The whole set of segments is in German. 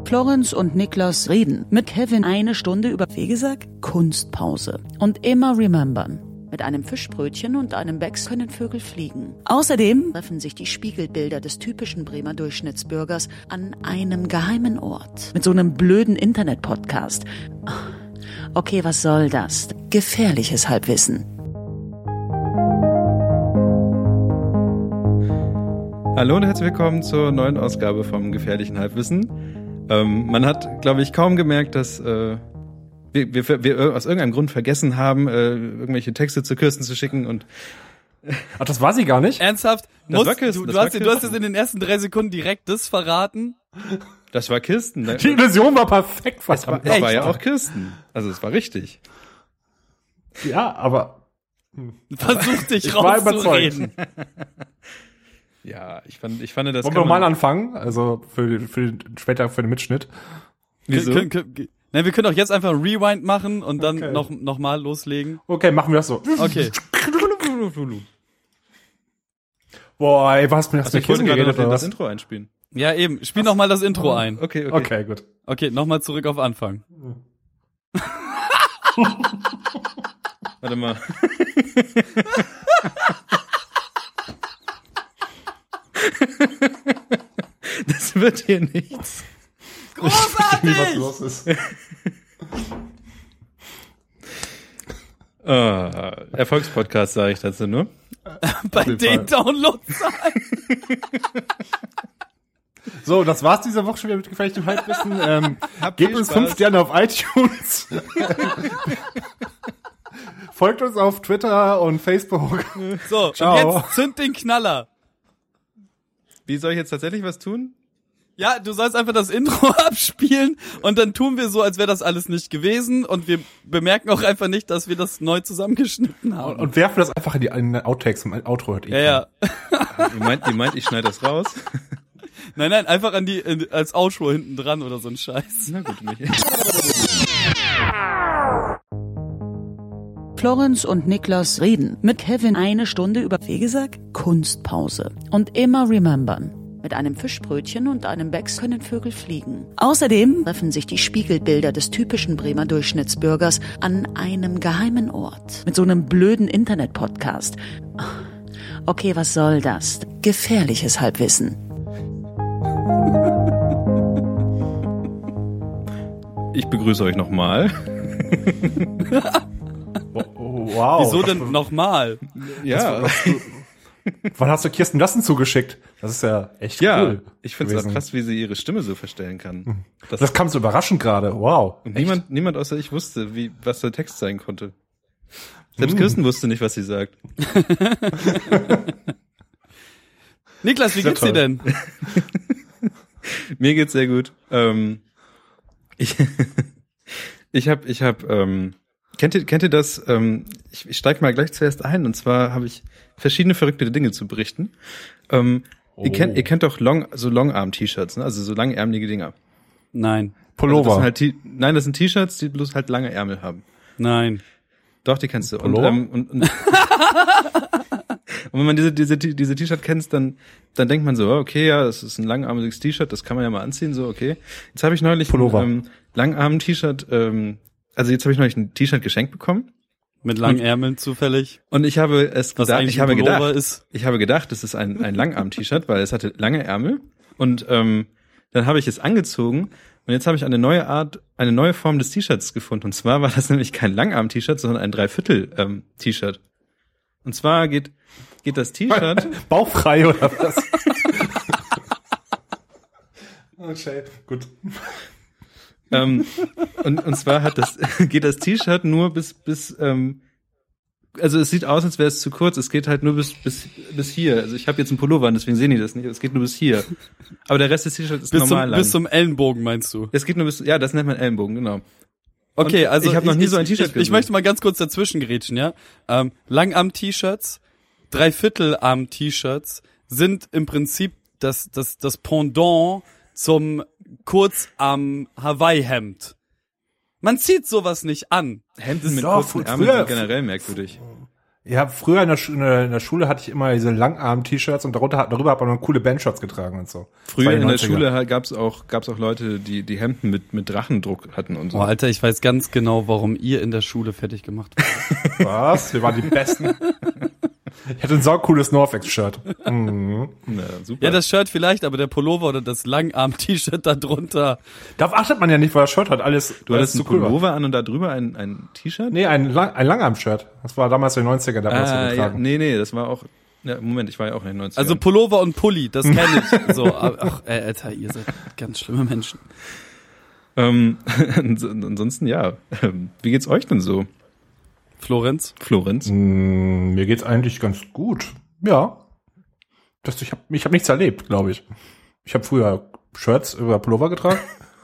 Florenz und Niklas reden mit Kevin eine Stunde über, wie gesagt, Kunstpause. Und immer remembern. Mit einem Fischbrötchen und einem Becks können Vögel fliegen. Außerdem treffen sich die Spiegelbilder des typischen Bremer Durchschnittsbürgers an einem geheimen Ort. Mit so einem blöden Internet-Podcast. Okay, was soll das? Gefährliches Halbwissen. Hallo und herzlich willkommen zur neuen Ausgabe vom Gefährlichen Halbwissen. Man hat, glaube ich, kaum gemerkt, dass wir aus irgendeinem Grund vergessen haben, irgendwelche Texte zu Kirsten zu schicken und Ach, das war sie gar nicht? Ernsthaft? Das war Kirsten, Du das war hast Kirsten. jetzt in den ersten 3 Sekunden direkt das verraten? das war Kirsten. Die Illusion war perfekt. Das war ja auch Kirsten. Also es war richtig. Ja, aber Versuch dich ich war rauszureden. Ja, ich fand das. Wollen wir nochmal anfangen? Also später für den Mitschnitt. Wieso? Ne, wir können auch jetzt einfach Rewind machen und dann Okay. noch mal loslegen. Okay, machen wir das so. Okay. Boah, ey, was mit Also der ich wollte Kirsten gerade geredet noch oder das was? Intro einspielen. Ja, eben. Spiel noch mal das Intro ein. Okay. Okay, gut. Okay, nochmal zurück auf Anfang. Warte mal. Das wird hier nichts. Großartig! Was los ist. Erfolgspodcast sage ich dazu nur. Bei jeden den Fall. Downloadzahlen. So, das war's diese Woche schon wieder mit gefährlichem Halbwissen. Habt Gebt viel uns Spaß. 5 Sterne auf iTunes. Folgt uns auf Twitter und Facebook. So, Ciao. und jetzt zünd den Knaller. Wie soll ich jetzt tatsächlich was tun? Ja, du sollst einfach das Intro abspielen und dann tun wir so, als wäre das alles nicht gewesen und wir bemerken auch einfach nicht, dass wir das neu zusammengeschnitten haben. Und werfen das einfach in die Outtakes im Outro. Hört Ja. Ihr meint, ich schneide das raus? Nein, einfach als Outro hinten dran oder so ein Scheiß. Na gut, Michi. Florenz und Niklas reden mit Kevin eine Stunde über, wie gesagt, Kunstpause. Und immer remembern. Mit einem Fischbrötchen und einem Becks können Vögel fliegen. Außerdem treffen sich die Spiegelbilder des typischen Bremer Durchschnittsbürgers an einem geheimen Ort. Mit so einem blöden Internet-Podcast. Okay, was soll das? Gefährliches Halbwissen. Ich begrüße euch nochmal. Wow. Wieso denn nochmal? Ja, Wann hast du Kirsten das denn zugeschickt? Das ist ja echt cool. Ich finde es auch gewesen. krass, wie sie ihre Stimme so verstellen kann. Das kam so überraschend gerade. Wow. Und niemand außer ich wusste, was der Text sein konnte. Selbst Kirsten wusste nicht, was sie sagt. Niklas, wie Sehr geht's dir toll. denn? Mir geht's sehr gut. Kennt ihr das? Ich steige mal gleich zuerst ein. Und zwar habe ich verschiedene verrückte Dinge zu berichten. Ihr kennt doch Longarm-T-Shirts, ne? Also so langärmelige Dinger. Nein. Pullover. Also das sind T-Shirts, die bloß halt lange Ärmel haben. Nein. Doch, die kennst du. Pullover? Und wenn man diese T-Shirt kennt, dann denkt man so, okay, ja, das ist ein langarmiges T-Shirt, das kann man ja mal anziehen, so, okay. Jetzt habe ich neulich Pullover. ein Langarm-T-Shirt, jetzt habe ich neulich ein T-Shirt geschenkt bekommen. Mit langen Ärmeln zufällig. Und ich habe es Was gedacht, eigentlich ich habe ein Pullover gedacht, ist. das ist ein Langarm-T-Shirt, weil es hatte lange Ärmel. Und dann habe ich es angezogen und jetzt habe ich eine neue Form des T-Shirts gefunden. Und zwar war das nämlich kein Langarm-T-Shirt, sondern ein Dreiviertel-T-Shirt. Und zwar geht das T-Shirt. Bauchfrei oder was? Okay, gut. Und zwar geht das T-Shirt nur bis also es sieht aus, als wäre es zu kurz. Es geht halt nur bis hier. Also ich habe jetzt einen Pullover an, deswegen sehen die das nicht. Es geht nur bis hier. Aber der Rest des T-Shirts ist normal lang. Bis zum Ellenbogen, meinst du? Es geht nur ja, das nennt man Ellenbogen, genau. Okay, Und also ich habe noch nie so ein T-Shirt Ich gesehen. möchte mal ganz kurz dazwischen gerätschen, ja. Langarm-T-Shirts, Dreiviertelarm-T-Shirts sind im Prinzip das Pendant zum Ja, früher in der Schule hatte ich immer diese Langarm-T-Shirts und darüber hat man noch coole Bandshirts getragen und so. Früher in der Schule gab's auch Leute, die Hemden mit Drachendruck hatten und so. Oh, Alter, ich weiß ganz genau, warum ihr in der Schule fertig gemacht wurdet. Was? Wir waren die Besten. Ich hatte ein saucooles Norfex-Shirt. Mhm. Na, super. Ja, das Shirt vielleicht, aber der Pullover oder das Langarm-T-Shirt da drunter. Darauf achtet man ja nicht, weil das Shirt hat alles. Du hattest einen Pullover an und da drüber ein T-Shirt? Nee, ein Langarm-Shirt. Das war damals in den 90er, da war das so getragen. Ja, nee, das war auch. Ja, Moment, ich war ja auch in den 90ern. Also Pullover und Pulli, das kenne ich. So, ach, Alter, ihr seid ganz schlimme Menschen. Ansonsten ja. Wie geht's euch denn so? Florenz? Mir geht's eigentlich ganz gut. Ja. Ich hab nichts erlebt, glaube ich. Ich habe früher Shirts über Pullover getragen.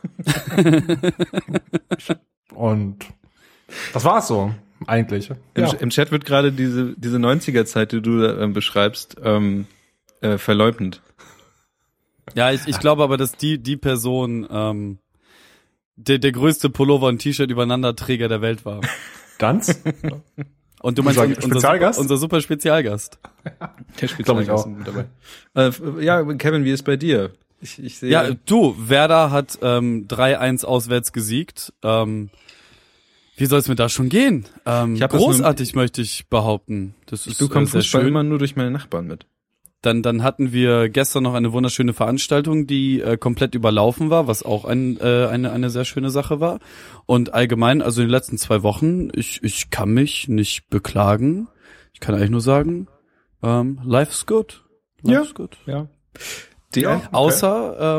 Und das war's so, eigentlich. Ja. Im Chat wird gerade diese 90er-Zeit, die du beschreibst, verleugnet. Ja, ich glaube aber, dass die Person der größte Pullover- und T-Shirt-Übereinanderträger der Welt war. Danz? Und du meinst Spezialgast? unser super Spezialgast. Der Spezialgast dabei. Ja, Kevin, wie ist bei dir? Ich sehe. Ja, Werder hat 3-1 auswärts gesiegt. Wie soll es mir da schon gehen? Großartig, möchte ich behaupten. Das ist ich bekomme sehr Fußball schön. immer nur durch meine Nachbarn mit. Dann hatten wir gestern noch eine wunderschöne Veranstaltung, die komplett überlaufen war, was auch eine sehr schöne Sache war. Und allgemein, also in den letzten 2 Wochen, ich kann mich nicht beklagen. Ich kann eigentlich nur sagen, life's good. Life's good. Ja. Okay. Außer,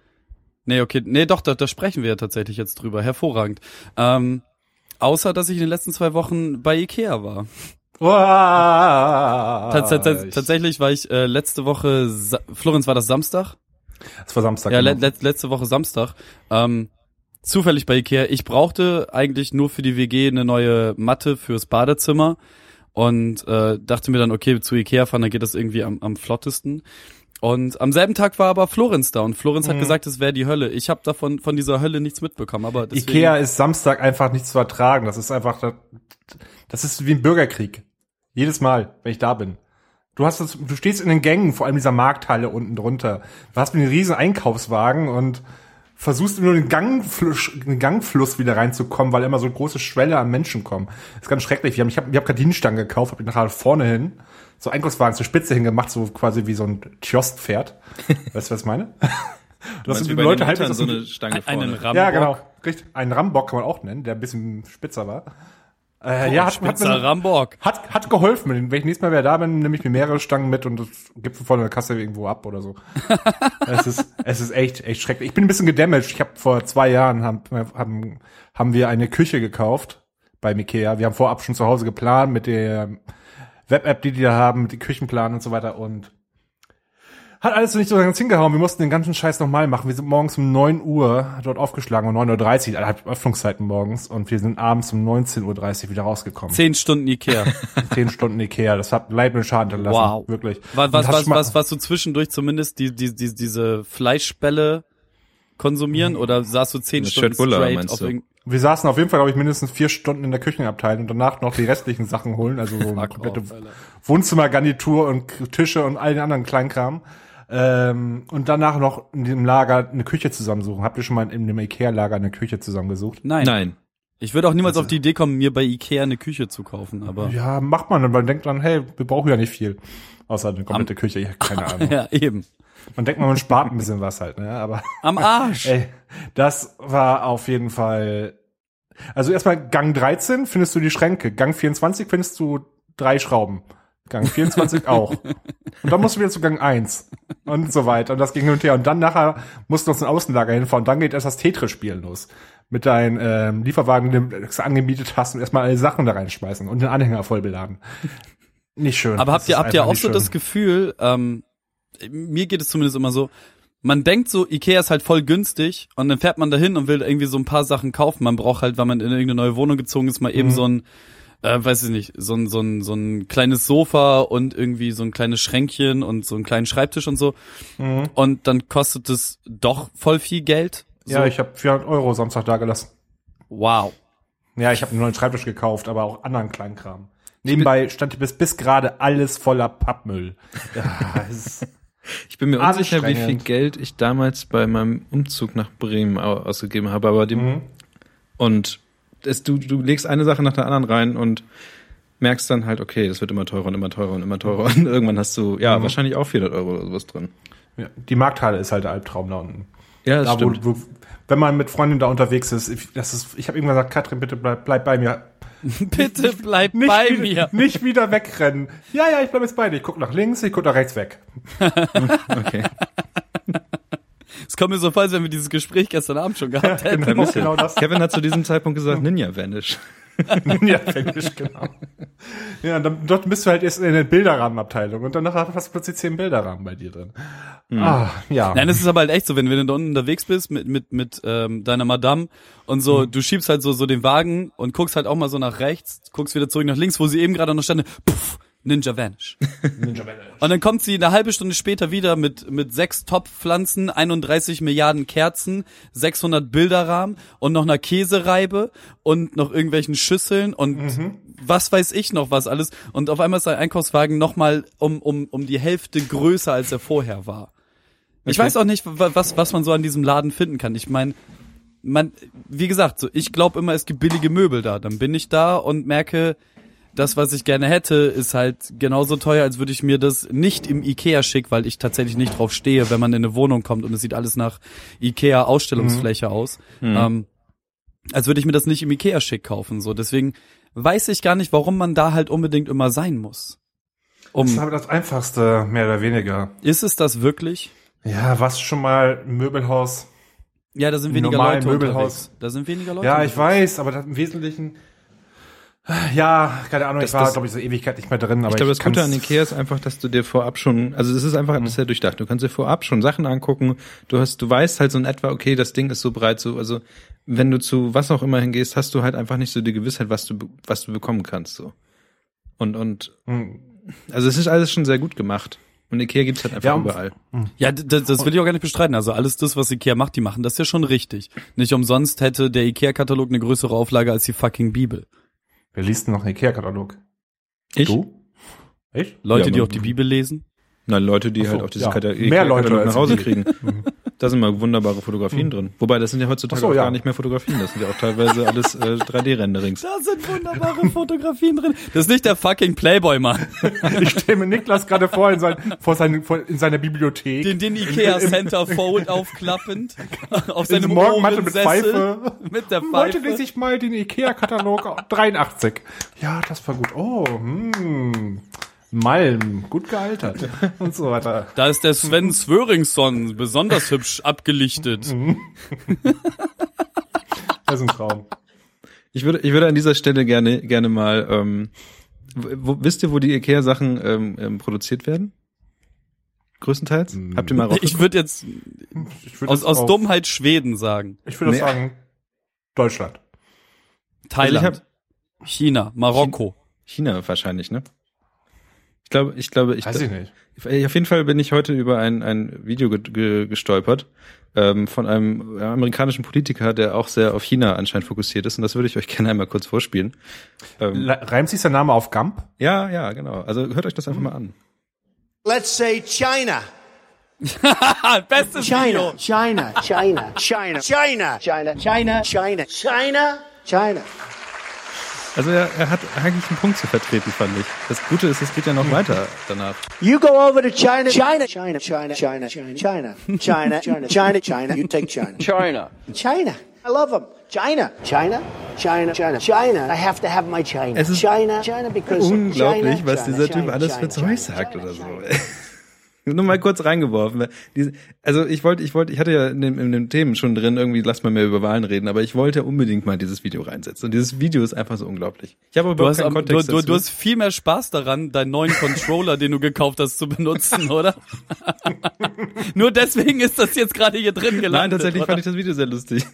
da sprechen wir ja tatsächlich jetzt drüber. Hervorragend. Außer, dass ich in den letzten 2 Wochen bei Ikea war. Tatsächlich war ich letzte Woche, Florenz, war das Samstag? Das war Samstag. Ja, genau. letzte Woche Samstag. Zufällig bei Ikea. Ich brauchte eigentlich nur für die WG eine neue Matte fürs Badezimmer und dachte mir dann, okay, zu Ikea fahren, dann geht das irgendwie am flottesten. Und am selben Tag war aber Florenz da und Florenz hat gesagt, es wäre die Hölle. Ich habe davon von dieser Hölle nichts mitbekommen, aber deswegen, Ikea ist Samstag einfach nicht zu ertragen. Das ist einfach, das ist wie ein Bürgerkrieg. Jedes Mal, wenn ich da bin. Du stehst in den Gängen, vor allem dieser Markthalle unten drunter. Du hast einen riesen Einkaufswagen und versuchst nur den Gangfluss wieder reinzukommen, weil immer so große Schwelle an Menschen kommen. Das ist ganz schrecklich. Ich hab Gardinenstangen gekauft, hab die nachher vorne hin, so Einkaufswagen zur Spitze hingemacht, so quasi wie so ein Kioskpferd. Weißt du, was ich meine? Das sind die Leute halt so eine Stange vorne. einen Rambock. Ja, genau. Richtig. Einen Rambock kann man auch nennen, der ein bisschen spitzer war. Rambock. Hat geholfen. Wenn ich nächstes Mal wieder da bin, nehme ich mir mehrere Stangen mit und das gibt von der Kasse irgendwo ab oder so. Es ist echt schrecklich. Ich bin ein bisschen gedamaged. Ich habe vor 2 Jahren haben wir eine Küche gekauft bei Ikea. Wir haben vorab schon zu Hause geplant mit der Web-App, die da haben, mit dem Küchenplan und so weiter und hat alles nicht so ganz hingehauen. Wir mussten den ganzen Scheiß nochmal machen. Wir sind morgens um 9 Uhr dort aufgeschlagen, um 9:30 Uhr, alle Öffnungszeiten morgens. Und wir sind abends um 19:30 Uhr wieder rausgekommen. 10 Stunden Ikea. 10 Stunden Ikea. Das hat bleibenden Schaden hinterlassen. Wow. Wirklich. Was du zwischendurch zumindest diese Fleischbälle konsumieren oder saßt du 10 Stunden straight auf irgendein... Wir saßen auf jeden Fall, glaube ich, mindestens 4 Stunden in der Küchenabteilung und danach noch die restlichen Sachen holen. Also so eine komplette Wohnzimmergarnitur und Tische und all den anderen Kleinkram. Und danach noch in dem Lager eine Küche zusammensuchen. Habt ihr schon mal in dem Ikea-Lager eine Küche zusammengesucht? Nein. Ich würde auch niemals auf die Idee kommen, mir bei Ikea eine Küche zu kaufen, aber... Ja, macht man. Und man denkt dann, hey, wir brauchen ja nicht viel. Außer eine komplette Küche. Ja, keine Ahnung. Ja, eben. Man denkt, man spart ein bisschen was halt, ne? Aber am Arsch. Ey, das war auf jeden Fall. Also erstmal Gang 13 findest du die Schränke. Gang 24 findest du 3 Schrauben. Gang 24 auch. Und dann musst du wieder zu Gang 1. Und so weiter. Und das ging hin und her. Und dann nachher musst du noch zum Außenlager hinfahren. Und dann geht erst das Tetris-Spielen los. Mit deinen Lieferwagen, den du angemietet hast und erstmal alle Sachen da reinschmeißen und den Anhänger voll beladen. Nicht schön. Aber habt ihr auch so das Gefühl, mir geht es zumindest immer so, man denkt so, Ikea ist halt voll günstig und dann fährt man dahin und will irgendwie so ein paar Sachen kaufen. Man braucht halt, wenn man in irgendeine neue Wohnung gezogen ist, mal eben so ein, weiß ich nicht, so ein kleines Sofa und irgendwie so ein kleines Schränkchen und so einen kleinen Schreibtisch und so. Und dann kostet es doch voll viel Geld. So. Ja, ich habe 400 € Samstag da gelassen. Wow. Ja, ich habe einen neuen Schreibtisch gekauft, aber auch anderen Kleinkram. Nebenbei stand hier bis gerade alles voller Pappmüll. Ja, Ich bin mir unsicher, wie viel anstrengend. Geld ich damals bei meinem Umzug nach Bremen ausgegeben habe, aber und du legst eine Sache nach der anderen rein und merkst dann halt, okay, das wird immer teurer und immer teurer und immer teurer und irgendwann hast du, wahrscheinlich auch 400 € oder sowas drin. Ja, die Markthalle ist halt der Albtraum da unten. Ja, das Da, stimmt. wo, wenn man mit Freunden da unterwegs ist, ich habe irgendwann gesagt, Katrin, bitte bleib bei mir. Bitte bleib bei mir. Nicht wieder wegrennen. Ja, ich bleib jetzt bei dir. Ich guck nach links, ich guck nach rechts weg. Okay. Es kommt mir so vor, als wenn wir dieses Gespräch gestern Abend schon gehabt hätten. Genau das. Kevin hat zu diesem Zeitpunkt gesagt, Ninja Vanish. Ja, Englisch, genau. Ja, und dann, dort bist du halt erst in der Bilderrahmenabteilung und danach hast du plötzlich 10 Bilderrahmen bei dir drin. Ja. Nein, das ist aber halt echt so, wenn du da unten unterwegs bist mit deiner Madame und so, du schiebst halt so den Wagen und guckst halt auch mal so nach rechts, guckst wieder zurück nach links, wo sie eben gerade noch stand, puff, Ninja Vanish. Und dann kommt sie eine halbe Stunde später wieder mit 6 Topfpflanzen, 31 Milliarden Kerzen, 600 Bilderrahmen und noch einer Käsereibe und noch irgendwelchen Schüsseln und was weiß ich noch was alles. Und auf einmal ist der Einkaufswagen nochmal um die Hälfte größer, als er vorher war. Ich weiß auch nicht, was man so an diesem Laden finden kann. Ich meine, wie gesagt, so ich glaube immer, es gibt billige Möbel da. Dann bin ich da und merke, das, was ich gerne hätte, ist halt genauso teuer, als würde ich mir das nicht im Ikea schick, weil ich tatsächlich nicht drauf stehe, wenn man in eine Wohnung kommt und es sieht alles nach Ikea-Ausstellungsfläche aus. Als würde ich mir das nicht im Ikea schick kaufen. So, deswegen weiß ich gar nicht, warum man da halt unbedingt immer sein muss. Das ist aber das Einfachste, mehr oder weniger. Ist es das wirklich? Ja, warst du schon mal im Möbelhaus? Ja, da sind weniger normalen Leute Möbelhaus. unterwegs. Da sind weniger Leute Ja, unterwegs. ich weiß, aber das im Wesentlichen, ja, keine Ahnung, ich war, glaube ich, so Ewigkeit nicht mehr drin. Aber Ich glaube, das Gute kann's- an Ikea ist einfach, dass du dir vorab schon, also es ist einfach, das ist ja durchdacht. Du kannst dir vorab schon Sachen angucken. Du weißt halt so in etwa, okay, das Ding ist so breit, so, also wenn du zu was auch immer hingehst, hast du halt einfach nicht so die Gewissheit, was du bekommen kannst, so. Und also es ist alles schon sehr gut gemacht. Und Ikea gibt's halt einfach Ja, und- überall. Ja, das will ich auch gar nicht bestreiten. Also alles das, was Ikea macht, die machen das ja schon richtig. Nicht umsonst hätte der Ikea-Katalog eine größere Auflage als die fucking Bibel. Wer liest denn noch einen Ikea-Katalog? Ich? Du? Ich? Leute, Ja, die aber- auch die Bibel lesen. Na, Leute, die Ach so, halt auch diese ja. Mehr Leute Katalog als nach Hause die. kriegen. Da sind mal wunderbare Fotografien drin. Wobei, das sind ja heutzutage Ach so, auch ja. gar nicht mehr Fotografien. Das sind ja auch teilweise alles 3D-Renderings. Da sind wunderbare Fotografien drin. Das ist nicht der fucking Playboy, Mann. Ich stelle mir Niklas gerade vor in seiner Bibliothek. Den Ikea Centerfold aufklappend. Auf in seinem Morgenmatte mit Ohrensessel. Pfeife. Mit der Heute Pfeife. lese ich mal den Ikea-Katalog 83. Ja, das war gut. Oh, Malm, gut gealtert. Und so weiter. Da ist der Sven Svöringsson besonders hübsch abgelichtet. Das ist ein Traum. Ich würde an dieser Stelle gerne mal, wisst ihr, wo die Ikea-Sachen produziert werden? Größtenteils? Habt ihr mal rausgeguckt? Ich würde jetzt Ich würd aus das auf- Dummheit Schweden sagen. Ich würde Nee. sagen, Deutschland. Thailand, China, Marokko. China wahrscheinlich, ne? Ich glaube, Weiß ich nicht. auf jeden Fall bin ich heute über ein Video gestolpert von einem amerikanischen Politiker, der auch sehr auf China anscheinend fokussiert ist. Und das würde ich euch gerne einmal kurz vorspielen. Reimt sich der Name auf Gump? Ja, genau. Also hört euch das einfach mal an. Let's say China. Bestes Video. China. China. China. China. China. China. China. China. China. China. Also er hat eigentlich einen Punkt zu vertreten, fand ich. Das Gute ist, es geht ja noch weiter danach. You go over to China. China. China. China. China. China. China. China. China. China. China. You take China. China. China. I love them. China. China. China. China. China. I have to have my China. Es ist China. China because unglaublich, China, was China, dieser Typ China, alles China, für Zeug China, sagt China, oder so. China. Nur mal kurz reingeworfen. Also ich hatte ja in den Themen schon drin, irgendwie lass mal mehr über Wahlen reden, aber ich wollte unbedingt mal dieses Video reinsetzen. Und dieses Video ist einfach so unglaublich. Ich habe Du überhaupt hast, keinen Kontext dazu. du hast viel mehr Spaß daran, deinen neuen Controller, den du gekauft hast, zu benutzen, oder? Nur deswegen ist das jetzt gerade hier drin gelandet. Nein, tatsächlich oder? fand ich das Video sehr lustig.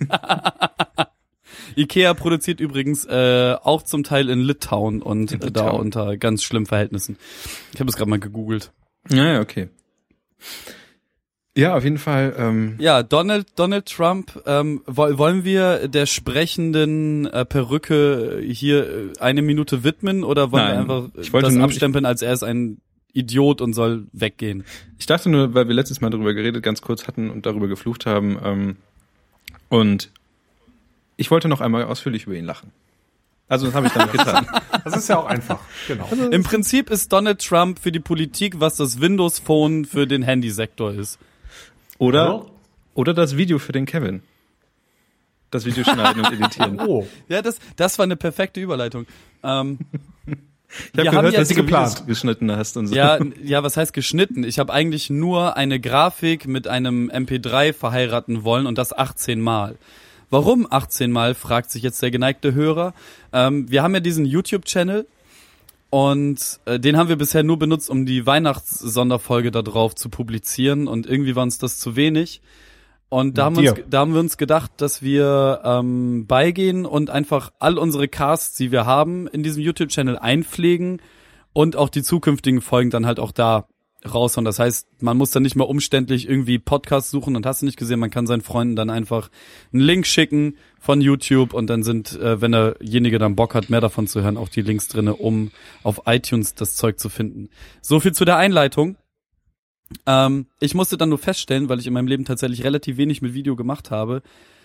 Ikea produziert übrigens auch zum Teil in Litauen und da Litauen. unter ganz schlimmen Verhältnissen. Ich habe es gerade mal gegoogelt. Ja, okay. Ja, auf jeden Fall. Ja, Donald Trump, wollen wir der sprechenden Perücke hier eine Minute widmen oder wollen wir einfach das abstempeln, als er ist ein Idiot und soll weggehen? Ich dachte nur, weil wir letztes Mal darüber geredet, ganz kurz hatten und darüber geflucht haben, und ich wollte noch einmal ausführlich über ihn lachen. Also das habe ich damit getan. Das ist ja auch einfach, genau. Also, im Prinzip ist Donald Trump für die Politik, was das Windows Phone für den Handysektor ist. Oder das Video für den Kevin. Das Video schneiden und editieren. Oh. Ja, das war eine perfekte Überleitung. Ich habe gehört, dass du Videos geschnitten hast und so. Ja, was heißt geschnitten? Ich habe eigentlich nur eine Grafik mit einem MP3 verheiraten wollen und das 18 Mal. Warum 18 Mal, fragt sich jetzt der geneigte Hörer. Wir haben ja diesen YouTube-Channel und den haben wir bisher nur benutzt, um die Weihnachtssonderfolge da drauf zu publizieren und irgendwie war uns das zu wenig. Und da haben wir uns gedacht, dass wir beigehen und einfach all unsere Casts, die wir haben, in diesem YouTube-Channel einpflegen und auch die zukünftigen Folgen dann halt auch da raushauen. Das heißt, man muss dann nicht mehr umständlich irgendwie Podcasts suchen und hast du nicht gesehen, man kann seinen Freunden dann einfach einen Link schicken von YouTube und dann sind, wenn derjenige dann Bock hat, mehr davon zu hören, auch die Links drinne, um auf iTunes das Zeug zu finden. So viel zu der Einleitung. Ich musste dann nur feststellen, weil ich in meinem Leben tatsächlich relativ wenig mit Video gemacht habe,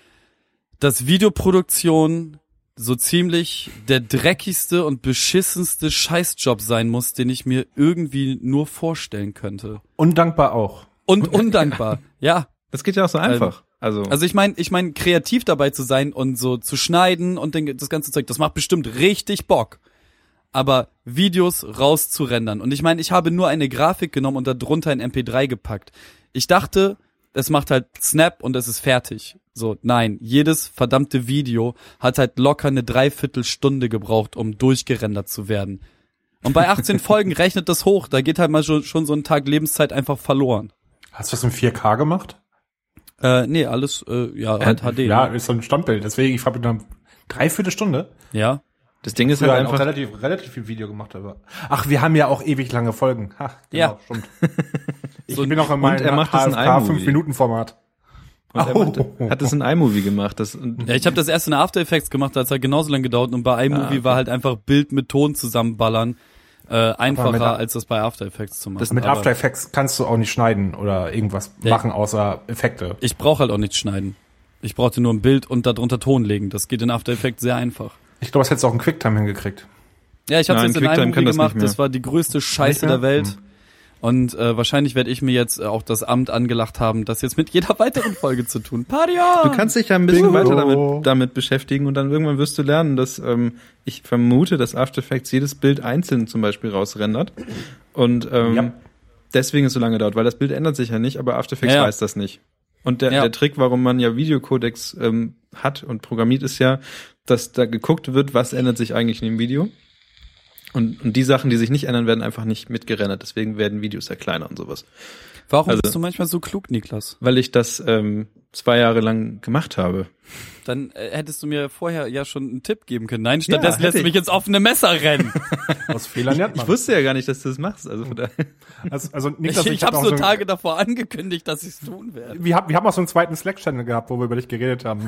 dass Videoproduktion so ziemlich der dreckigste und beschissenste Scheißjob sein muss, den ich mir irgendwie nur vorstellen könnte. Undankbar auch. Und undankbar, ja. Das geht ja auch so einfach. Also ich meine, kreativ dabei zu sein und so zu schneiden und das ganze Zeug, das macht bestimmt richtig Bock. Aber Videos rauszurendern. Und ich meine, ich habe nur eine Grafik genommen und darunter ein MP3 gepackt. Ich dachte, es macht halt Snap und es ist fertig. So, nein, jedes verdammte Video hat halt locker eine Dreiviertelstunde gebraucht, um durchgerendert zu werden. Und bei 18 Folgen rechnet das hoch, da geht halt mal schon so ein Tag Lebenszeit einfach verloren. Hast du das in 4K gemacht? Nee, alles, halt HD. Ja, Ne? ist so ein Standbild, deswegen, ich habe eine Dreiviertelstunde. Ja. Das Ding ist halt einfach auch relativ viel Video gemacht, aber ach, wir haben ja auch ewig lange Folgen. Ha, genau, ja, stimmt. Ich bin auch in meinem HFK 5-Minuten-Format. Und er hat das in iMovie gemacht. Ja, ich habe das erst in After Effects gemacht, das hat genauso lange gedauert und bei iMovie war halt einfach Bild mit Ton zusammenballern einfacher, als das bei After Effects zu machen. Mit After Effects kannst du auch nicht schneiden oder irgendwas machen, außer Effekte. Ich brauche halt auch nichts schneiden. Ich brauchte nur ein Bild und darunter Ton legen. Das geht in After Effects sehr einfach. Ich glaube, das hättest du auch in QuickTime hingekriegt. Ja, ich habe es jetzt in iMovie gemacht. Das war die größte Scheiße der Welt. Und wahrscheinlich werde ich mir jetzt auch das Amt angelacht haben, das jetzt mit jeder weiteren Folge zu tun. Du kannst dich ja ein bisschen weiter damit beschäftigen und dann irgendwann wirst du lernen, dass ich vermute, dass After Effects jedes Bild einzeln zum Beispiel rausrendert. Und deswegen es so lange dauert, weil das Bild ändert sich ja nicht, aber After Effects weiß das nicht. Und der Trick, warum man ja Videocodecs hat und programmiert, ist ja, dass da geguckt wird, was ändert sich eigentlich in dem Video. Und die Sachen, die sich nicht ändern, werden einfach nicht mitgerendert. Deswegen werden Videos ja kleiner und sowas. Warum bist du manchmal so klug, Niklas? Weil ich das 2 Jahre lang gemacht habe. Dann hättest du mir vorher ja schon einen Tipp geben können. Nein, stattdessen lässt du mich ins offene Messer rennen. Aus Fehlern lernt man. Ich wusste ja gar nicht, dass du das machst. Also von daher. Also Niklas, ich habe so Tage davor angekündigt, dass ich es tun werde. Wir haben auch so einen zweiten Slack-Channel gehabt, wo wir über dich geredet haben.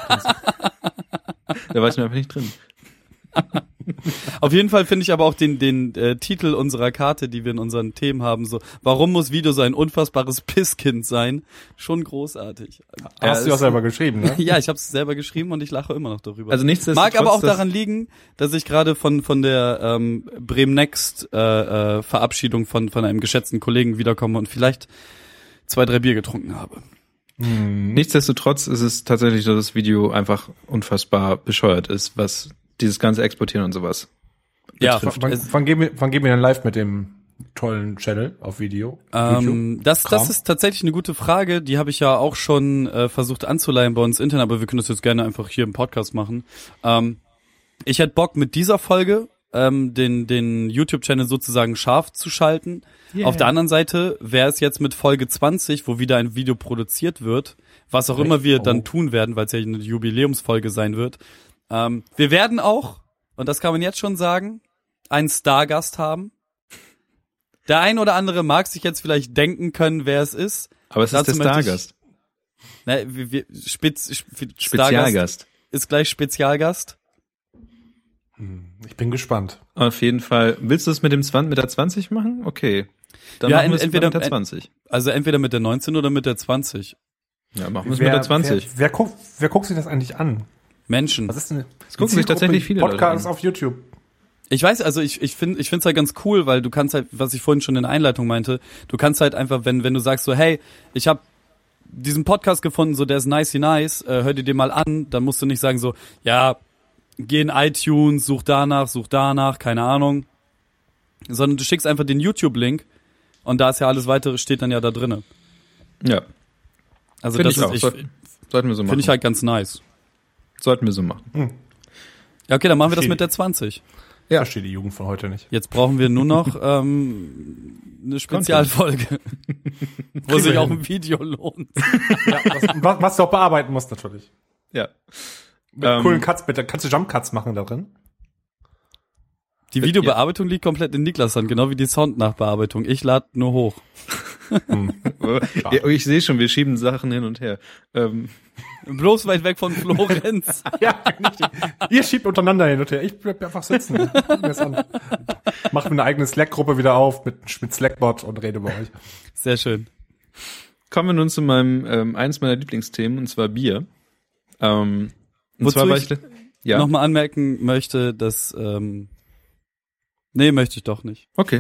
Da war ich mir einfach nicht drin. Auf jeden Fall finde ich aber auch den Titel unserer Karte, die wir in unseren Themen haben, so, warum muss Video so ein unfassbares Pisskind sein? Schon großartig. Hast du auch selber geschrieben, ne? Ja, ich habe es selber geschrieben und ich lache immer noch darüber. Also nichtsdestotrotz, mag aber auch daran liegen, dass ich gerade von der Bremen Next Verabschiedung von einem geschätzten Kollegen wiederkomme und vielleicht 2, 3 Bier getrunken habe. Nichtsdestotrotz ist es tatsächlich so, dass das Video einfach unfassbar bescheuert ist, was dieses ganze Exportieren und sowas betrifft. Ja, wann gehen wir denn live mit dem tollen Channel auf Video? Das ist tatsächlich eine gute Frage. Die habe ich ja auch schon versucht anzuleihen bei uns intern, aber wir können das jetzt gerne einfach hier im Podcast machen. Ich hätte Bock, mit dieser Folge den YouTube-Channel sozusagen scharf zu schalten. Yeah. Auf der anderen Seite wäre es jetzt mit Folge 20, wo wieder ein Video produziert wird, was auch immer wir dann tun werden, weil es ja eine Jubiläumsfolge sein wird. Wir werden auch, und das kann man jetzt schon sagen, einen Stargast haben. Der ein oder andere mag sich jetzt vielleicht denken können, wer es ist. Aber es ist der Dazu möchte ich- Stargast. Spezialgast Spezialgast. ist gleich Spezialgast. Ich bin gespannt. Auf jeden Fall. Willst du es mit der 20 machen? Okay. Dann Ja, machen wir es entweder- mit der 20. Also entweder mit der 19 oder mit der 20. Ja, machen wir es mit der 20. Wer guckt sich das eigentlich an? Menschen. Was ist denn? Das gucken sich tatsächlich viele Leute Podcasts an. auf YouTube. Ich weiß, also ich find's halt ganz cool, weil du kannst halt, was ich vorhin schon in der Einleitung meinte, du kannst halt einfach, wenn du sagst so, hey, ich habe diesen Podcast gefunden, so der ist nice, hör dir den mal an, dann musst du nicht sagen so, ja, geh in iTunes, such danach, keine Ahnung, sondern du schickst einfach den YouTube-Link und da ist ja alles weitere, steht dann ja da drinne. Ja, Also finde das ich auch. ist, Sollten wir so machen. finde ich halt ganz nice. Sollten wir so machen. Ja, okay, dann machen wir das Verstehe. mit der 20. Ja. Verstehe die Jugend von heute nicht. Jetzt brauchen wir nur noch eine Spezialfolge, wo sich auch ein Video lohnt. Ja, was du auch bearbeiten musst natürlich. Ja. Mit coolen Cuts, bitte. Kannst du Jump Cuts machen da drin? Die Videobearbeitung liegt komplett in Niklas Hand, genau wie die Soundnachbearbeitung. Ich lade nur hoch. Ja, ich sehe schon, wir schieben Sachen hin und her. Bloß weit weg von Florenz. Ja, nicht. Ihr schiebt untereinander hin und her. Ich bleib einfach sitzen. Guck mir das an. Mach mir eine eigene Slack-Gruppe wieder auf mit Slackbot und rede über euch. Sehr schön. Kommen wir nun zu meinem eines meiner Lieblingsthemen, und zwar Bier. Und Wozu zwar war ich ja. nochmal anmerken möchte, dass nee, möchte ich doch nicht. Okay.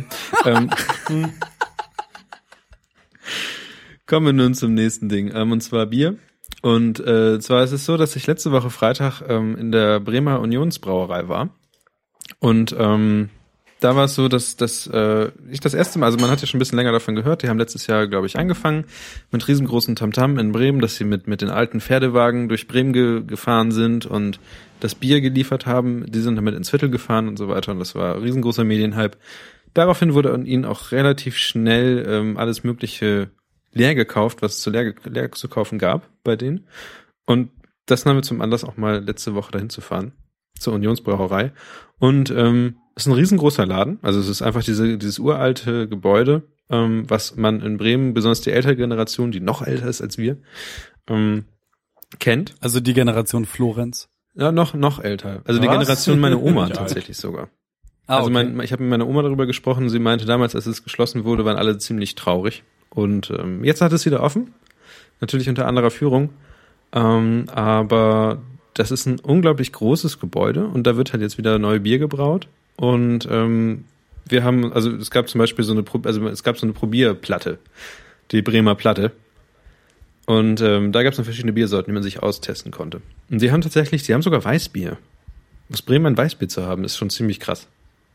Kommen wir nun zum nächsten Ding, und zwar Bier. Und zwar ist es so, dass ich letzte Woche Freitag in der Bremer Unionsbrauerei war. Und da war es so, dass ich das erste Mal, also man hat ja schon ein bisschen länger davon gehört, die haben letztes Jahr, glaube ich, angefangen mit riesengroßen Tamtam in Bremen, dass sie mit den alten Pferdewagen durch Bremen gefahren sind und das Bier geliefert haben. Die sind damit ins Viertel gefahren und so weiter und das war ein riesengroßer Medienhype. Daraufhin wurde an ihnen auch relativ schnell alles Mögliche leer gekauft, was es leer zu kaufen gab bei denen. Und das nahmen wir zum Anlass, auch mal letzte Woche dahin zu fahren, zur Unionsbrauerei. Und es ist ein riesengroßer Laden. Also es ist einfach dieses uralte Gebäude, was man in Bremen, besonders die ältere Generation, die noch älter ist als wir, kennt. Also die Generation Florenz. Ja, noch älter. Also die Was? Generation meiner Oma Ja. tatsächlich sogar. Ah, Also okay. ich habe mit meiner Oma darüber gesprochen. Sie meinte damals, als es geschlossen wurde, waren alle ziemlich traurig. Und jetzt hat es wieder offen. Natürlich unter anderer Führung. Aber das ist ein unglaublich großes Gebäude und da wird halt jetzt wieder neue Bier gebraut. Und wir haben, also es gab zum Beispiel so eine Probierplatte, die Bremer Platte. Und da gab es noch verschiedene Biersorten, die man sich austesten konnte. Und sie haben sogar Weißbier. Aus Bremen ein Weißbier zu haben, ist schon ziemlich krass.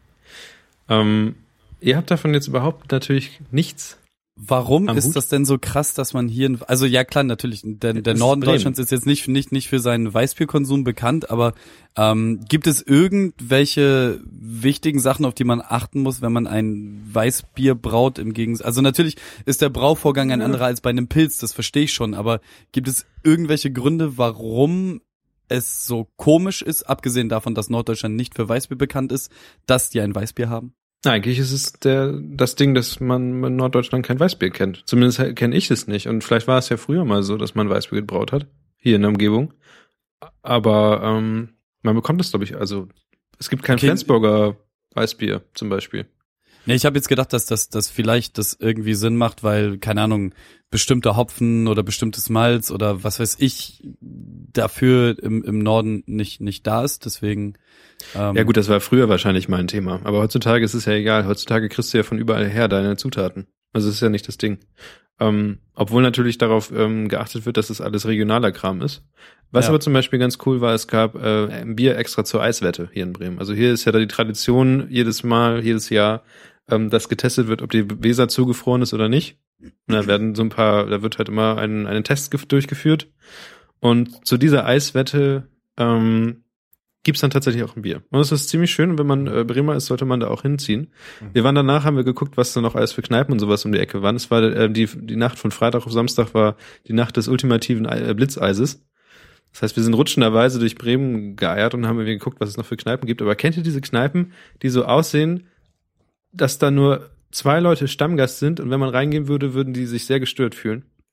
Ihr habt davon jetzt überhaupt natürlich nichts. Warum Am ist Hut? das denn so krass, dass man hier, also ja klar, natürlich, der ist Norden Bremen. Deutschlands ist jetzt nicht für seinen Weißbierkonsum bekannt, aber gibt es irgendwelche wichtigen Sachen, auf die man achten muss, wenn man ein Weißbier braut im Gegensatz? Also natürlich ist der Brauvorgang ein anderer als bei einem Pilz, das verstehe ich schon, aber gibt es irgendwelche Gründe, warum es so komisch ist, abgesehen davon, dass Norddeutschland nicht für Weißbier bekannt ist, dass die ein Weißbier haben? Eigentlich ist es das Ding, dass man in Norddeutschland kein Weißbier kennt. Zumindest kenne ich es nicht. Und vielleicht war es ja früher mal so, dass man Weißbier gebraut hat, hier in der Umgebung. Aber man bekommt es, glaube ich, also es gibt kein Okay. Flensburger Weißbier zum Beispiel. Nee, ich habe jetzt gedacht, dass das vielleicht das irgendwie Sinn macht, weil, keine Ahnung, bestimmter Hopfen oder bestimmtes Malz oder was weiß ich dafür im Norden nicht da ist. Deswegen Ja gut, das war früher wahrscheinlich mal ein Thema. Aber heutzutage ist es ja egal. Heutzutage kriegst du ja von überall her deine Zutaten. Also das ist ja nicht das Ding. Obwohl natürlich darauf geachtet wird, dass es alles regionaler Kram ist. Was Ja. aber zum Beispiel ganz cool war, es gab ein Bier extra zur Eiswette hier in Bremen. Also hier ist ja da die Tradition jedes Jahr, dass getestet wird, ob die Weser zugefroren ist oder nicht. Und da wird halt immer einen Test durchgeführt. Und zu dieser Eiswette gibt's dann tatsächlich auch ein Bier. Und das ist ziemlich schön. Und wenn man Bremer ist, sollte man da auch hinziehen. Wir waren danach, haben wir geguckt, was da noch alles für Kneipen und sowas um die Ecke waren. Es war die Nacht von Freitag auf Samstag war die Nacht des ultimativen Blitzeises. Das heißt, wir sind rutschenderweise durch Bremen geeiert und haben irgendwie geguckt, was es noch für Kneipen gibt. Aber kennt ihr diese Kneipen, die so aussehen, dass da nur 2 Leute Stammgast sind und wenn man reingehen würde, würden die sich sehr gestört fühlen?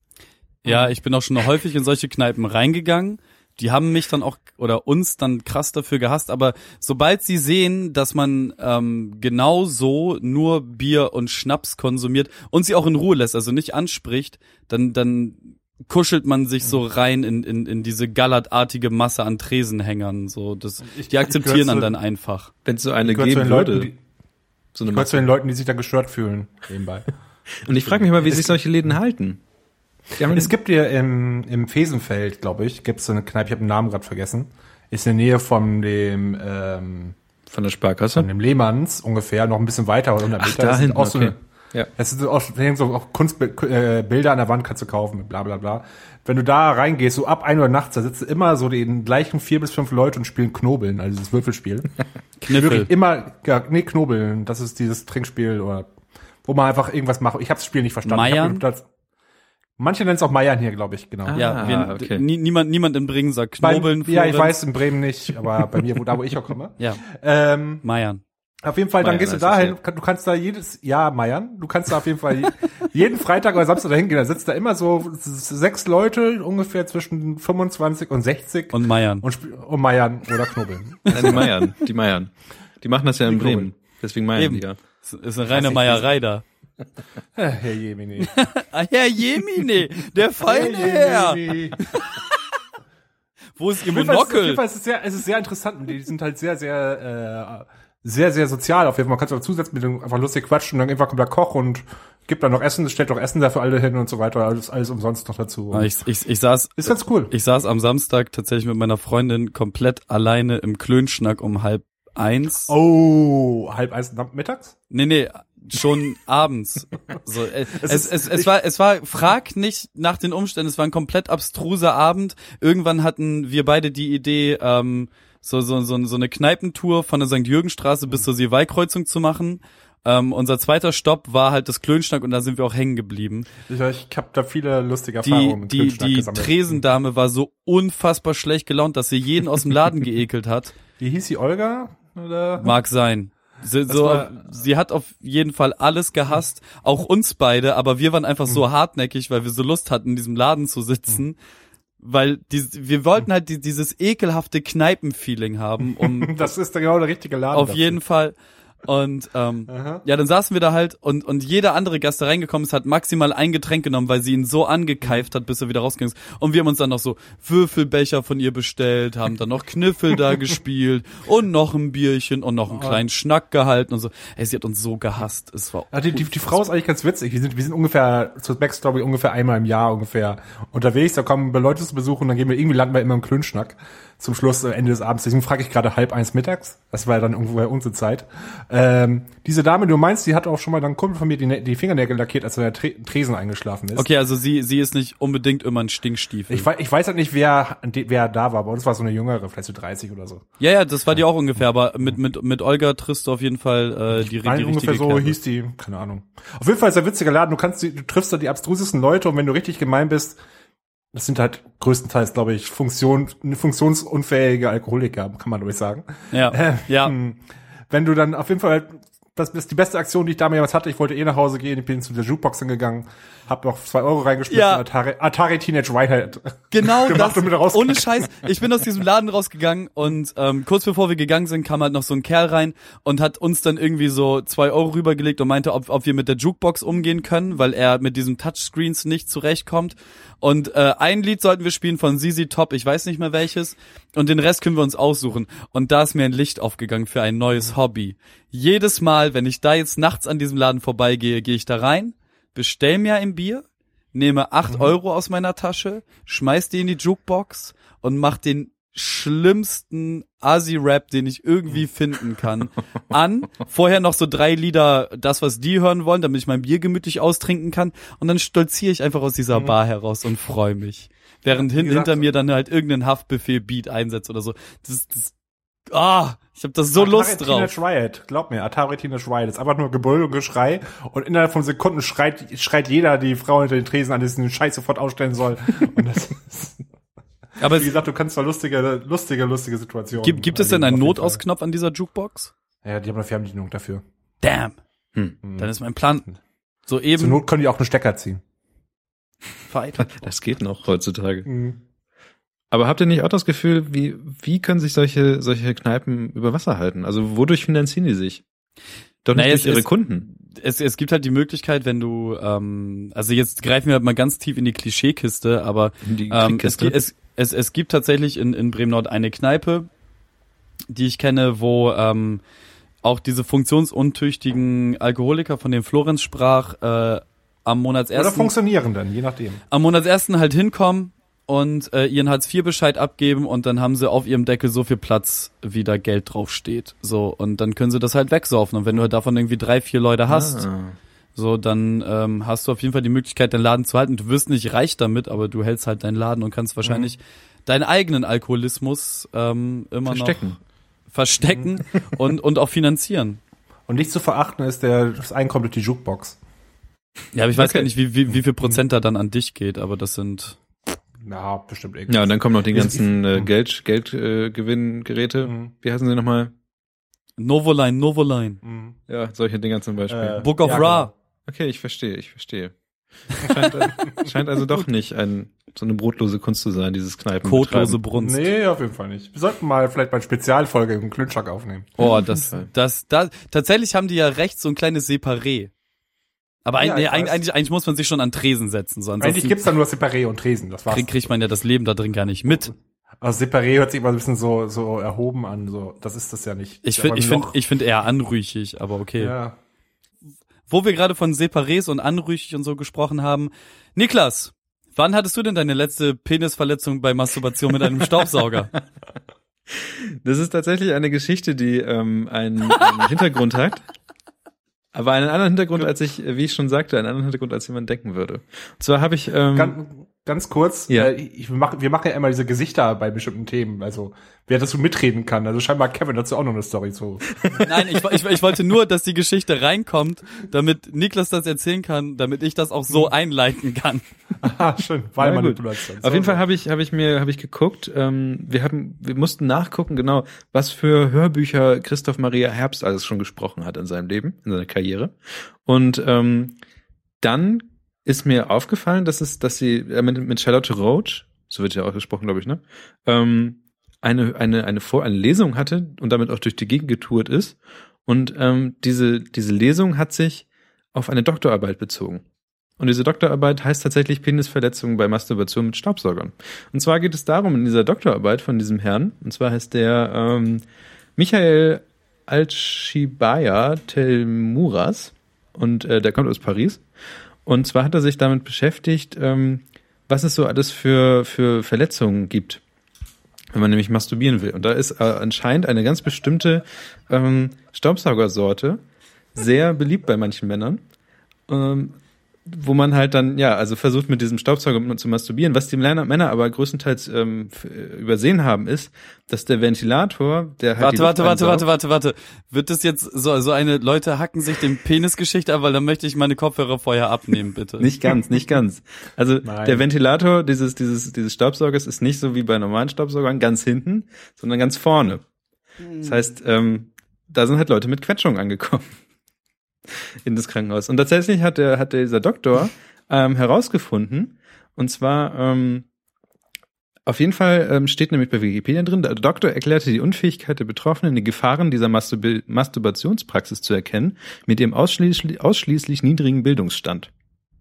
Ja, ich bin auch schon häufig in solche Kneipen reingegangen. Die haben mich dann auch oder uns dann krass dafür gehasst, aber sobald sie sehen, dass man genau so nur Bier und Schnaps konsumiert und sie auch in Ruhe lässt, also nicht anspricht, dann kuschelt man sich so rein in diese gallertartige Masse an Tresenhängern. So, die akzeptieren dann einfach. Wenn es so eine geben würde. So eine Masse. Zu den Leuten, die sich da gestört fühlen, nebenbei. Und ich frage mich mal, wie sich solche Läden halten. Es gibt hier im Fesenfeld, glaube ich, gibt es so eine Kneipe, ich habe den Namen gerade vergessen. Ist in der Nähe von dem von der Sparkasse? Von dem Lehmanns ungefähr, noch ein bisschen weiter, 100 Meter. Da hinten, auch so okay. Es sind auch Kunstbilder an der Wand kannst du kaufen, bla bla bla. Wenn du da reingehst, so ab 1 Uhr nachts, da sitzen immer so die gleichen 4 bis 5 Leute und spielen Knobeln, also dieses Würfelspiel. Kniffel. Knobeln, das ist dieses Trinkspiel, oder wo man einfach irgendwas macht. Ich habe das Spiel nicht verstanden. Meiern? Manche nennen es auch Meiern hier, glaube ich, genau. Okay. Niemand in Bremen sagt Knobeln. Ja, ich weiß, in Bremen nicht, aber bei mir, wo ich auch komme. Ja. Meiern. Auf jeden Fall, dann gehst du dahin, du kannst da jedes Jahr meiern, du kannst da auf jeden Fall jeden Freitag oder Samstag dahin gehen, da sitzt da immer so 6 Leute, ungefähr zwischen 25 und 60. Und meiern. Und meiern oder knobeln. Nein, die meiern. Die machen das ja in Bremen, deswegen meiern die ja. Ist eine reine Meierei da. Herr Jemine. Herr Jemine, der feine Herr. Wo ist Ihr Monokel? Auf jeden Fall ist es sehr interessant. Die sind halt sehr, sehr sozial. Auf jeden Fall, man kann es auch zusetzen mit dem einfach lustig quatschen und dann einfach kommt der Koch und gibt dann noch Essen, stellt doch Essen da für alle hin und so weiter. Alles umsonst noch dazu. Ich saß. Ist ganz cool. Ich saß am Samstag tatsächlich mit meiner Freundin komplett alleine im Klönschnack um 12:30. Oh, 12:30 mittags? Nee, schon abends. So, es war, frag nicht nach den Umständen, es war ein komplett abstruser Abend. Irgendwann hatten wir beide die Idee, so eine Kneipentour von der St. Jürgenstraße bis zur Seewaldkreuzung zu machen. Unser zweiter Stopp war halt das Klönschnack und da sind wir auch hängen geblieben. Ich habe da viele lustige Erfahrungen mit Klönschnack gesammelt. Die Tresendame war so unfassbar schlecht gelaunt, dass sie jeden aus dem Laden geekelt hat. Wie hieß sie, Olga? Oder? Mag sein. Sie hat auf jeden Fall alles gehasst, auch uns beide, aber wir waren einfach so hartnäckig, weil wir so Lust hatten, in diesem Laden zu sitzen, weil wir wollten halt dieses ekelhafte Kneipenfeeling haben. Das ist genau der richtige Laden. Auf jeden Fall. Und ja, dann saßen wir da halt und jeder andere Gast, der reingekommen ist, hat maximal ein Getränk genommen, weil sie ihn so angekeift hat, bis er wieder rausgegangen ist. Und wir haben uns dann noch so Würfelbecher von ihr bestellt, haben dann noch Kniffel da gespielt und noch ein Bierchen und noch einen kleinen Schnack gehalten und so. Ey, sie hat uns so gehasst. Es war die Frau ist eigentlich ganz witzig. Wir sind ungefähr zur Backstory ungefähr einmal im Jahr ungefähr unterwegs. Da kommen Leute zu besuchen und dann landen wir immer im Klönschnack. Zum Schluss, Ende des Abends. Deswegen frage ich gerade 12:30 mittags. Das war ja dann irgendwo bei unsere Zeit. Diese Dame, du meinst, die hat auch schon mal dann ein Kumpel von mir die Fingernägel lackiert, als er der Tresen eingeschlafen ist. Okay, also sie ist nicht unbedingt immer ein Stinkstiefel. Ich weiß halt nicht, wer da war. Bei uns war so eine jüngere, vielleicht so 30 oder so. Ja, das war die auch ungefähr, aber mit Olga triffst du auf jeden Fall die richtige ungefähr so Kerbe. Hieß die, keine Ahnung. Auf jeden Fall ist ein witziger Laden. Du triffst da die abstrusesten Leute und wenn du richtig gemein bist, das sind halt größtenteils, glaube ich, funktionsunfähige Alkoholiker, kann man glaube ich sagen. Ja. Wenn du dann auf jeden Fall, das ist die beste Aktion, die ich damals hatte. Ich wollte nach Hause gehen, ich bin zu der Jukebox gegangen, hab noch 2 Euro reingeschmissen, Atari Teenage Whitehead. Genau das, ohne Scheiß. Ich bin aus diesem Laden rausgegangen und kurz bevor wir gegangen sind, kam halt noch so ein Kerl rein und hat uns dann irgendwie so 2 Euro rübergelegt und meinte, ob wir mit der Jukebox umgehen können, weil er mit diesen Touchscreens nicht zurechtkommt. Und ein Lied sollten wir spielen von ZZ Top, ich weiß nicht mehr welches, und den Rest können wir uns aussuchen. Und da ist mir ein Licht aufgegangen für ein neues Hobby. Jedes Mal, wenn ich da jetzt nachts an diesem Laden vorbeigehe, gehe ich da rein, bestell mir ein Bier, nehme 8 Euro aus meiner Tasche, schmeiß die in die Jukebox und mach den schlimmsten Assi-Rap, den ich irgendwie finden kann, an. Vorher noch so 3 Lieder, das, was die hören wollen, damit ich mein Bier gemütlich austrinken kann. Und dann stolziere ich einfach aus dieser Bar heraus und freue mich. Während hinter mir dann halt irgendein Haftbefehl-Beat einsetzt oder so. Ich hab da so Lust drauf. Teenage Riot, glaub mir, Atari Teenage Riot. Das ist einfach nur Gebrüll und Geschrei. Und innerhalb von Sekunden schreit jeder die Frau hinter den Tresen an, die den Scheiß sofort ausstellen soll. Und das ist aber wie gesagt, du kannst zwar lustige Situationen. Gibt es denn einen Notausknopf an dieser Jukebox? Ja, die haben eine Fernbedienung dafür. Damn. Dann ist mein Plan soeben. Zur Not können die auch einen Stecker ziehen. Weiter. Das geht noch heutzutage. Aber habt ihr nicht auch das Gefühl, wie können sich solche Kneipen über Wasser halten? Also wodurch finanzieren die sich? Doch nicht durch ihre Kunden. Es gibt halt die Möglichkeit, wenn du, also jetzt greifen wir halt mal ganz tief in die Klischeekiste, aber es gibt tatsächlich in Bremen-Nord eine Kneipe, die ich kenne, wo auch diese funktionsuntüchtigen Alkoholiker, von denen Florenz sprach, am Monatsersten... Oder funktionieren dann, je nachdem. Am Monatsersten halt hinkommen und ihren Hartz-IV-Bescheid abgeben und dann haben sie auf ihrem Deckel so viel Platz, wie da Geld drauf steht. So, und dann können sie das halt wegsaufen. Und wenn du halt davon irgendwie 3-4 Leute hast, so, dann hast du auf jeden Fall die Möglichkeit, deinen Laden zu halten. Du wirst nicht reich damit, aber du hältst halt deinen Laden und kannst wahrscheinlich deinen eigenen Alkoholismus immer verstecken und auch finanzieren. Und nicht zu verachten ist das Einkommen durch die Jukebox. Ja, aber ich weiß gar nicht, wie viel Prozent da dann an dich geht, aber das sind... Ja, bestimmt irgendwie. Ja, und dann kommen noch die ganzen Geldgewinngeräte. Wie heißen sie nochmal? Novoline. Ja, solche Dinger zum Beispiel. Book of Ra. Okay, ich verstehe. Scheint also doch nicht so eine brotlose Kunst zu sein, dieses Kneipen. Kotlose Brunst. Nee, auf jeden Fall nicht. Wir sollten mal vielleicht mal eine Spezialfolge im Klönschnack aufnehmen. Oh, tatsächlich haben die ja rechts so ein kleines Separé. Aber eigentlich muss man sich schon an Tresen setzen. So eigentlich gibt's da nur Separé und Tresen, das war's. Kriegt man ja das Leben da drin gar nicht mit. Also Separé hört sich immer ein bisschen so erhoben an, so. Das ist das ja nicht. Ich finde eher anrüchig, aber okay. Ja. Wo wir gerade von Separés und anrüchig und so gesprochen haben. Niklas, wann hattest du denn deine letzte Penisverletzung bei Masturbation mit einem Staubsauger? Das ist tatsächlich eine Geschichte, die einen Hintergrund hat. Aber einen anderen Hintergrund, wie ich schon sagte, einen anderen Hintergrund, als jemand denken würde. Und zwar habe ich ganz kurz, ja. wir machen ja immer diese Gesichter bei bestimmten Themen, also wer dazu mitreden kann. Also scheinbar Kevin dazu auch noch eine Story zu. Nein, ich wollte nur, dass die Geschichte reinkommt, damit Niklas das erzählen kann, damit ich das auch so einleiten kann. Aha, schön. Wahlmanipulation. Auf jeden Fall habe ich geguckt, wir mussten nachgucken, genau, was für Hörbücher Christoph Maria Herbst alles schon gesprochen hat in seinem Leben, in seiner Karriere. Und dann ist mir aufgefallen, dass sie mit Charlotte Roach, so wird ja auch gesprochen, glaube ich, ne, eine Lesung hatte und damit auch durch die Gegend getourt ist. Und diese Lesung hat sich auf eine Doktorarbeit bezogen. Und diese Doktorarbeit heißt tatsächlich Penisverletzungen bei Masturbation mit Staubsaugern. Und zwar geht es darum, in dieser Doktorarbeit von diesem Herrn, und zwar heißt der Michael Alchibaya Telmuras, und der kommt aus Paris. Und zwar hat er sich damit beschäftigt, was es so alles für Verletzungen gibt, wenn man nämlich masturbieren will. Und da ist anscheinend eine ganz bestimmte Staubsaugersorte sehr beliebt bei manchen Männern, wo man halt dann, also versucht mit diesem Staubsauger zu masturbieren. Was die Männer aber größtenteils übersehen haben, ist, dass der Ventilator, der halt Warte. Wird das jetzt so eine Leute hacken sich den Penisgeschichte ab, weil dann möchte ich meine Kopfhörer vorher abnehmen, bitte. Nicht ganz. Also der Ventilator dieses Staubsaugers ist nicht so wie bei normalen Staubsaugern ganz hinten, sondern ganz vorne. Das heißt, da sind halt Leute mit Quetschungen angekommen in das Krankenhaus. Und tatsächlich hat dieser Doktor herausgefunden, und zwar auf jeden Fall steht nämlich bei Wikipedia drin, der Doktor erklärte die Unfähigkeit der Betroffenen, die Gefahren dieser Masturbationspraxis zu erkennen, mit ihrem ausschließlich niedrigen Bildungsstand.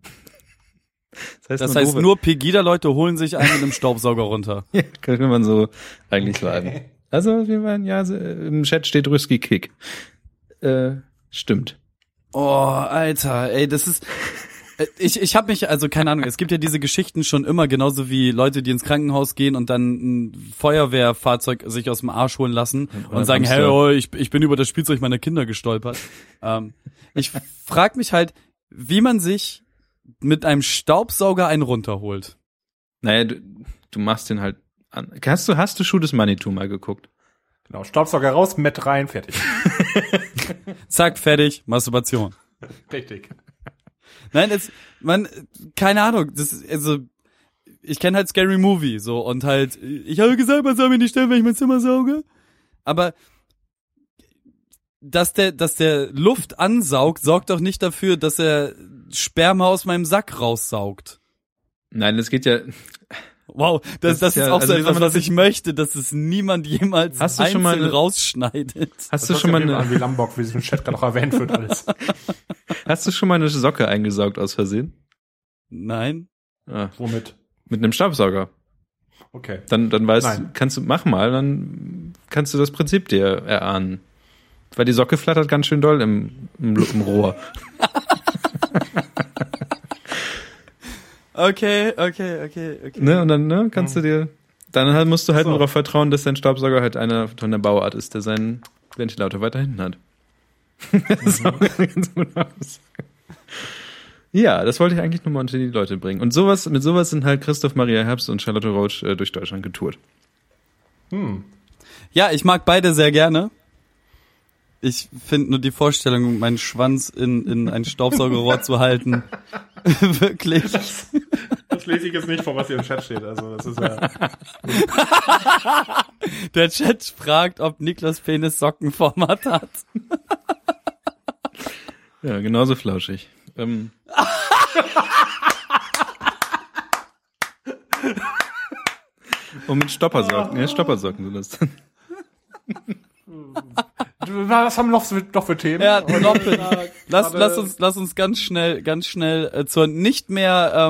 Das heißt nur Pegida-Leute holen sich einen mit einem Staubsauger runter. Ja, könnte man so eigentlich sagen. Also, im Chat steht Rüski Kick. Stimmt. Oh, Alter, ey, das ist... Ich habe mich, also keine Ahnung, es gibt ja diese Geschichten schon immer, genauso wie Leute, die ins Krankenhaus gehen und dann ein Feuerwehrfahrzeug sich aus dem Arsch holen lassen und sagen, hey, oh, ich bin über das Spielzeug meiner Kinder gestolpert. Ich frag mich halt, wie man sich mit einem Staubsauger einen runterholt. Naja, du machst den halt an. Hast du Schuh des Manitou mal geguckt? Genau, Staubsauger raus, Met rein, fertig. Zack, fertig, Masturbation. Richtig. Nein, keine Ahnung, ich kenne halt Scary Movie, so, und halt, ich habe gesagt, man soll mich nicht stellen, wenn ich mein Zimmer sauge, aber dass der Luft ansaugt, sorgt doch nicht dafür, dass er Sperma aus meinem Sack raussaugt. Nein, es geht ja... Wow, das ist ja, auch also so wie soll etwas, man was das ich möchte, dass es niemand jemals Hast du schon mal einzeln eine- rausschneidet. Hast du schon mal Wie Lombok, wie es im Chat gerade auch erwähnt wird alles. Hast du schon mal eine Socke eingesaugt aus Versehen? Nein? Ah, Womit? mit einem Staubsauger. Okay. Dann weißt Nein. mach mal, dann kannst du das Prinzip dir erahnen. Weil die Socke flattert ganz schön doll im Rohr. Okay. Ne? Und dann kannst du dir, dann musst du halt So. nur darauf vertrauen, dass dein Staubsauger halt einer von der Bauart ist, der seinen Ventilator weiter hinten hat. Das ist auch eine ganz gute Aussage. Ja, das wollte ich eigentlich nur mal unter die Leute bringen. Und mit sowas sind halt Christoph Maria Herbst und Charlotte Roach durch Deutschland getourt. Ja, ich mag beide sehr gerne. Ich finde nur die Vorstellung, meinen Schwanz in ein Staubsaugerrohr zu halten, wirklich. Das lese ich jetzt nicht vor, was hier im Chat steht. Also das ist ja. Der Chat fragt, ob Niklas Penis Sockenformat hat. Ja, genauso flauschig. Und mit Stoppersocken. Ja, Stoppersocken sind das dann. Was haben wir noch für Themen? Ja, doppelt. Lass uns ganz schnell zur nicht mehr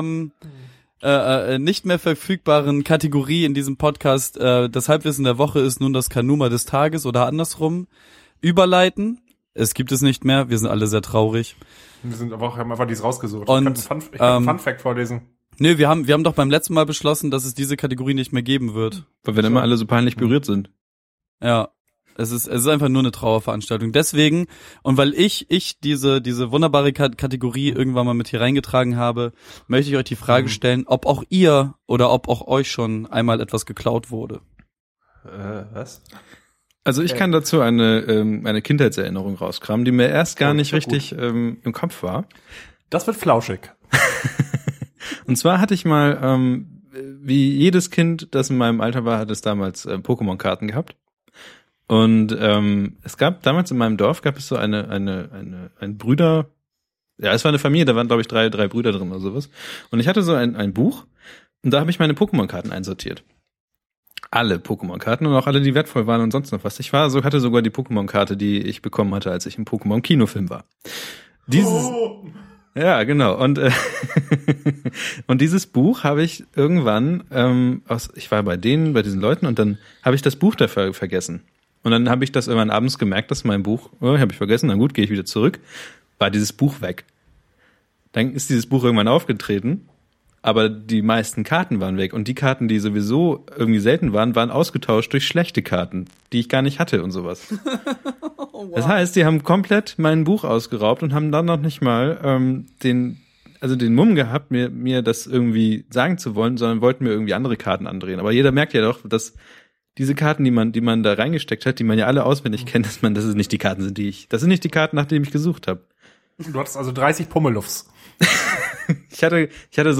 verfügbaren Kategorie in diesem Podcast. Das Halbwissen der Woche ist nun das Kanuma des Tages oder andersrum überleiten. Es gibt es nicht mehr. Wir sind alle sehr traurig. Wir sind aber auch, haben einfach dies rausgesucht. Und, ich kann einen Fun Fact vorlesen. Nö, wir haben doch beim letzten Mal beschlossen, dass es diese Kategorie nicht mehr geben wird. Weil wir dann immer alle so peinlich berührt sind. Ja. Es ist einfach nur eine Trauerveranstaltung. Deswegen, und weil ich diese wunderbare Kategorie irgendwann mal mit hier reingetragen habe, möchte ich euch die Frage stellen, ob auch ihr oder ob auch euch schon einmal etwas geklaut wurde. Was? Also ich kann dazu eine Kindheitserinnerung rauskramen, die mir erst gar nicht ist doch richtig im Kopf war. Das wird flauschig. Und zwar hatte ich mal, wie jedes Kind, das in meinem Alter war, hat es damals Pokémon-Karten gehabt. Und es gab damals in meinem Dorf gab es so ein Brüder, ja, es war eine Familie, da waren glaube ich drei Brüder drin oder sowas. Und ich hatte so ein Buch und da habe ich meine Pokémon-Karten einsortiert. Alle Pokémon-Karten und auch alle, die wertvoll waren und sonst noch was. Hatte sogar die Pokémon-Karte, die ich bekommen hatte, als ich im Pokémon-Kinofilm war. Ja, genau. Und und dieses Buch habe ich irgendwann ich war bei diesen Leuten und dann habe ich das Buch dafür vergessen. Und dann habe ich das irgendwann abends gemerkt, dass mein Buch, habe ich vergessen, na gut, gehe ich wieder zurück, war dieses Buch weg. Dann ist dieses Buch irgendwann aufgetreten, aber die meisten Karten waren weg und die Karten, die sowieso irgendwie selten waren, waren ausgetauscht durch schlechte Karten, die ich gar nicht hatte und sowas. Wow. Das heißt, die haben komplett mein Buch ausgeraubt und haben dann noch nicht mal den Mumm gehabt, mir das irgendwie sagen zu wollen, sondern wollten mir irgendwie andere Karten andrehen. Aber jeder merkt ja doch, dass diese Karten, die man da reingesteckt hat, die man ja alle auswendig kennt, dass es nicht die Karten sind, das sind nicht die Karten, nach denen ich gesucht habe. Du hattest also 30 Pummeluffs. Ich hatte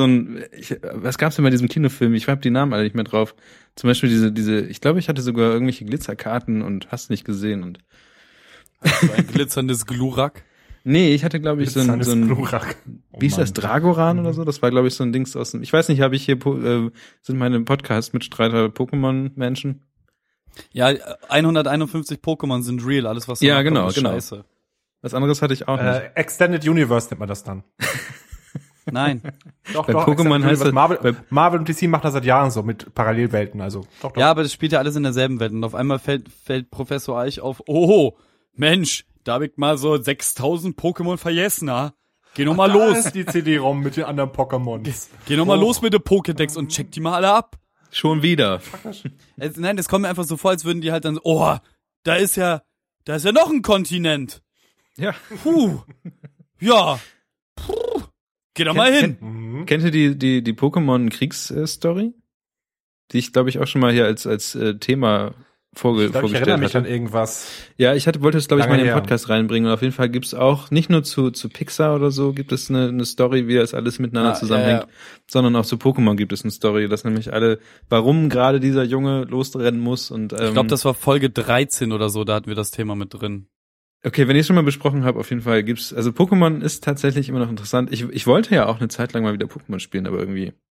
was gab's denn bei diesem Kinofilm? Ich habe die Namen alle nicht mehr drauf. Zum Beispiel ich glaube, ich hatte sogar irgendwelche Glitzerkarten und hast nicht gesehen und. Ein glitzerndes Glurak. Nee, ich hatte, glaube ich, so ein wie hieß das, Dragoran oder so? Das war, glaube ich, so ein Dings aus dem, ich weiß nicht, habe ich hier, sind meine Podcast-Mitstreiter Pokémon-Menschen? Ja, 151 Pokémon sind real, alles was ja, genau. Scheiße. Was anderes hatte ich auch nicht. Extended Universe nennt man das dann. Nein. Doch, bei Pokémon heißt das, Marvel und DC macht das seit Jahren so mit Parallelwelten, also. Doch. Ja, aber das spielt ja alles in derselben Welt und auf einmal fällt Professor Eich auf, oh, Mensch, da hab ich mal so 6000 Pokémon vergessen, ha? Geh noch mal los. Da ist die CD-ROM mit den anderen Pokémons. Geh noch mal los mit der Pokédex und check die mal alle ab. Schon wieder. Nein, das kommt mir einfach so vor, als würden die halt dann so, oh, da ist ja noch ein Kontinent. Ja. Puh. Ja. Puh. Geh doch mal hin. Kennt ihr die Pokémon-Kriegsstory? Die ich, glaube ich, auch schon mal hier als Thema vorgestellt hatte. Ich erinnere mich an irgendwas. Ja, wollte es, glaube ich, mal in den her. Podcast reinbringen. Und auf jeden Fall gibt's auch, nicht nur zu Pixar oder so, gibt es eine Story, wie das alles miteinander zusammenhängt, sondern auch zu Pokémon gibt es eine Story, dass nämlich warum gerade dieser Junge losrennen muss. Und ich glaube, das war Folge 13 oder so, da hatten wir das Thema mit drin. Okay, wenn ich es schon mal besprochen habe, auf jeden Fall also Pokémon ist tatsächlich immer noch interessant. Ich wollte ja auch eine Zeit lang mal wieder Pokémon spielen, aber irgendwie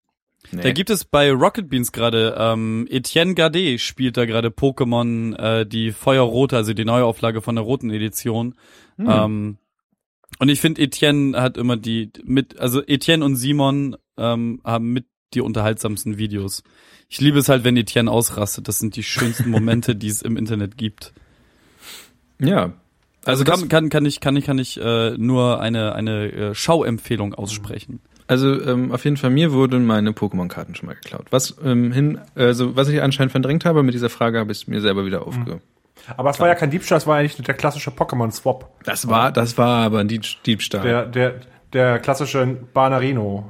Nee. Da gibt es bei Rocket Beans gerade, Etienne Gardet spielt da gerade Pokémon, die Feuerrote, also die Neuauflage von der roten Edition. Und ich finde, Etienne hat immer Etienne und Simon haben mit die unterhaltsamsten Videos. Ich liebe es halt, wenn Etienne ausrastet. Das sind die schönsten Momente, die es im Internet gibt. Ja. Also kann ich nur eine Schauempfehlung aussprechen. Also auf jeden Fall, mir wurden meine Pokémon-Karten schon mal geklaut. Was ich anscheinend verdrängt habe, mit dieser Frage habe ich es mir selber wieder aufge... Aber es war ja kein Diebstahl, es war eigentlich der klassische Pokémon-Swap. Das war aber ein Diebstahl. Der klassische Banarino.